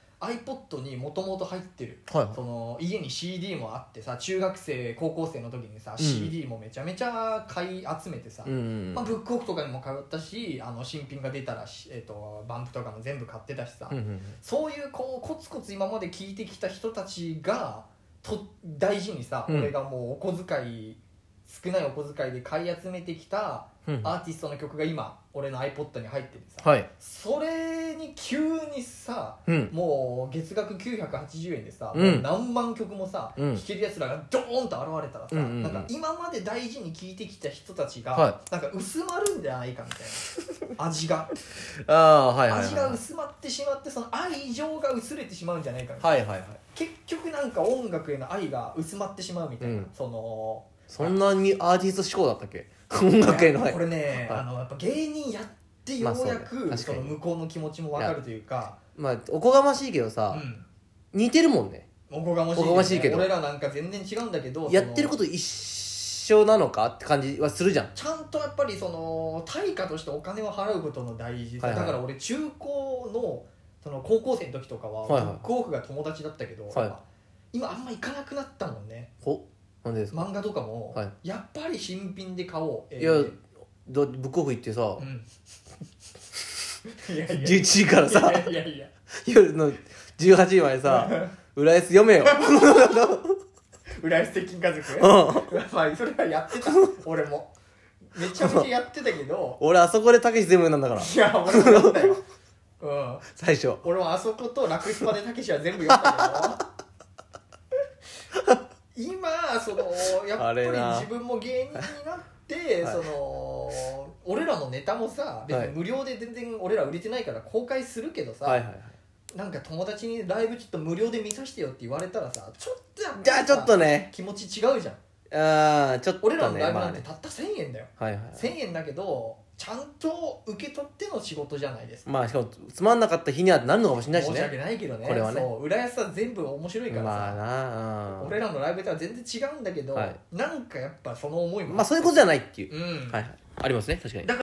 iPod にもともと入ってる、はいはい、その家に CD もあってさ、中学生高校生の時にさ、CD もめちゃめちゃ買い集めてさ、ブックオフとかにも通ったし、新品が出たらバンプとかも全部買ってたしさ、そういうこうコツコツ今まで聞いてきた人たちが大事にさ、俺がもうお小遣い少ないお小遣いで買い集めてきたアーティストの曲が今俺の iPod に入っててさ、はい、それに急にさ、もう月額980円でさ、もう何万曲もさ、弾けるやつらがドーンと現れたらさ、なんか今まで大事に聴いてきた人たちが、なんか薄まるんじゃないかみたいな味が味が薄まってしまって、その愛情が薄れてしまうんじゃないかみたいな、結局なんか音楽への愛が薄まってしまうみたいな、 そんなにアーティスト志向だったっけ音楽への愛。 これね、やっぱ芸人やってようやく、その向こうの気持ちも分かるというか、 まあおこがましいけどさ、似てるもんね。 おこがましいけど俺らなんか全然違うんだけど、 やってること一緒なのかって感じはするじゃん。 ちゃんとやっぱりその対価としてお金を払うことの大事さ、だから俺中高のその高校生の時とかはブックオフが友達だったけど、今あんま行かなくなったもんね。 なんでですか？ 漫画とかも、やっぱり新品で買おう。 いやブックオフ行ってさ、11時からさ、夜の18時までさ浦安読めよ浦安鉄筋家族、まあそれはやってた俺もめちゃめちゃやってたけど俺あそこでたけし全部なんだから。 いや俺もやったよ、 最初俺もあそことラクスパでたけしは全部読んだけど今そのやっぱり自分も芸人になってその俺らのネタもさ別に無料で全然俺ら売れてないから公開するけどさ、なんか友達にライブちょっと無料で見させてよって言われたらさ、ちょっとやっぱじゃあちょっとね気持ち違うじゃん。 ちょっとね、 俺らのライブなんてたった1000円だよ、1000円だけどちゃんと受け取っての仕事じゃないですか。 まあしかもつまんなかった日にはなるのかもしれないしね。 申し訳ないけどね、 これはね、 そう浦安は全部面白いからさ、 まあな、 俺らのライブとは全然違うんだけど、なんかやっぱその思いもまあそういうことじゃないっていう、ありますね確かに。